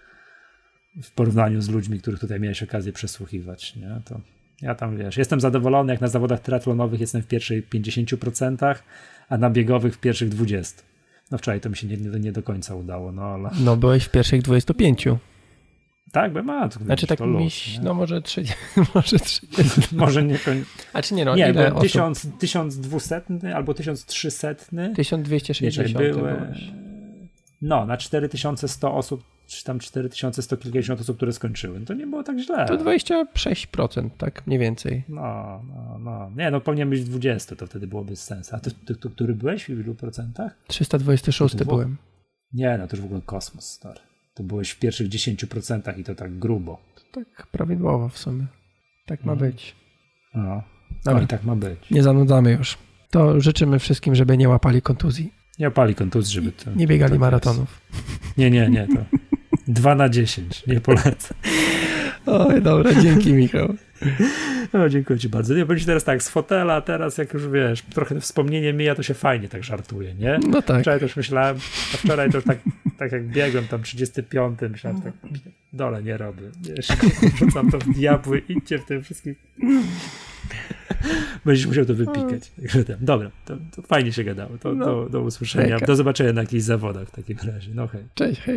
w porównaniu z ludźmi, których tutaj miałeś okazję przesłuchiwać, nie? To ja tam, wiesz, jestem zadowolony, jak na zawodach triatlonowych jestem w pierwszych pięćdziesięciu procentach, a na biegowych w pierwszych dwudziestu. No wczoraj to mi się nie, nie do końca udało, no ale... No byłeś w pierwszych dwudziestu pięciu. Tak, by ma. To znaczy tak miś, no może trzydzieści, może trzydzieści. Może nie koń... A czy nie, no nie, ile bo tysiąc, tysiąc dwieście albo tysiąc trzysta. tysiąc dwieście sześćdziesiąt były... No, na cztery tysiące sto osób, czy tam cztery tysiące sto kilkadziesiąt osób, które skończyły. No to nie było tak źle. To dwadzieścia sześć procent, tak mniej więcej. No, no, no. Nie, no powinien być dwadzieścia, to wtedy byłoby sens. A ty, ty, ty który byłeś? W ilu procentach? trzysta dwadzieścia sześć to byłem. Nie, no to już w ogóle kosmos, stary. To byłeś w pierwszych dziesięciu procentach i to tak grubo. Tak prawidłowo w sumie. Tak ma no. być. No. No i tak ma być. Nie zanudzamy już. To życzymy wszystkim, żeby nie łapali kontuzji. Nie łapali kontuzji, żeby to... Nie biegali tak maratonów. Jest. Nie, nie, nie. To dwa na dziesięć. Nie polecam. Oj, dobra, dzięki Michał. No, dziękuję ci bardzo. Nie będzie teraz tak, z fotela, teraz jak już wiesz, trochę wspomnienie mija, to się fajnie tak żartuje, nie? No tak. Wczoraj też myślałem, a wczoraj to już tak, tak jak biegłem tam trzydziesty piąty, myślałem tak, dole nie robię, wiesz, rzucam to w diabły, idźcie w tym wszystkim. Będziesz musiał to wypikać. Dobra, to, to fajnie się gadało. To, no. do, do usłyszenia. Hejka. Do zobaczenia na jakichś zawodach w takim razie. No hej. Cześć, hej.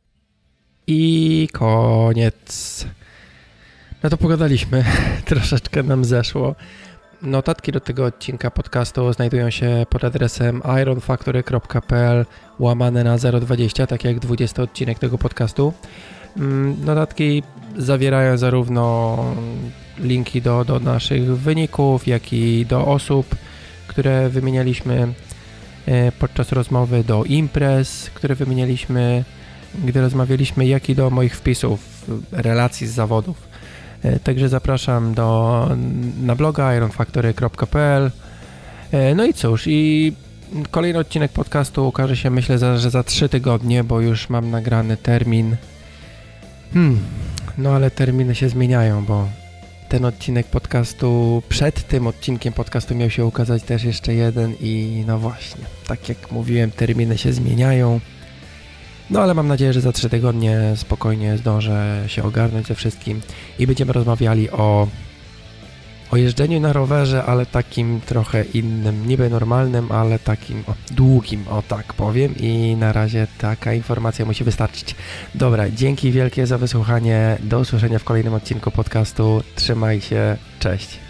I koniec. No to pogadaliśmy. Troszeczkę nam zeszło. Notatki do tego odcinka podcastu znajdują się pod adresem ironfactory kropka p l łamane na zero dwadzieścia, tak jak dwudziesty odcinek tego podcastu. Notatki zawierają zarówno linki do, do naszych wyników, jak i do osób, które wymienialiśmy podczas rozmowy, do imprez, które wymienialiśmy, gdy rozmawialiśmy, jak i do moich wpisów, relacji z zawodów. Także zapraszam do, na bloga ironfactory kropka p l. No i cóż, i kolejny odcinek podcastu ukaże się, myślę, za, że za trzy tygodnie, bo już mam nagrany termin. Hmm, no ale terminy się zmieniają, bo ten odcinek podcastu, przed tym odcinkiem podcastu miał się ukazać też jeszcze jeden i no właśnie, tak jak mówiłem, terminy się zmieniają. No ale mam nadzieję, że za trzy tygodnie spokojnie zdążę się ogarnąć ze wszystkim i będziemy rozmawiali o, o jeżdżeniu na rowerze, ale takim trochę innym, niby normalnym, ale takim o, długim, o tak powiem, i na razie taka informacja musi wystarczyć. Dobra, dzięki wielkie za wysłuchanie, do usłyszenia w kolejnym odcinku podcastu, trzymaj się, cześć.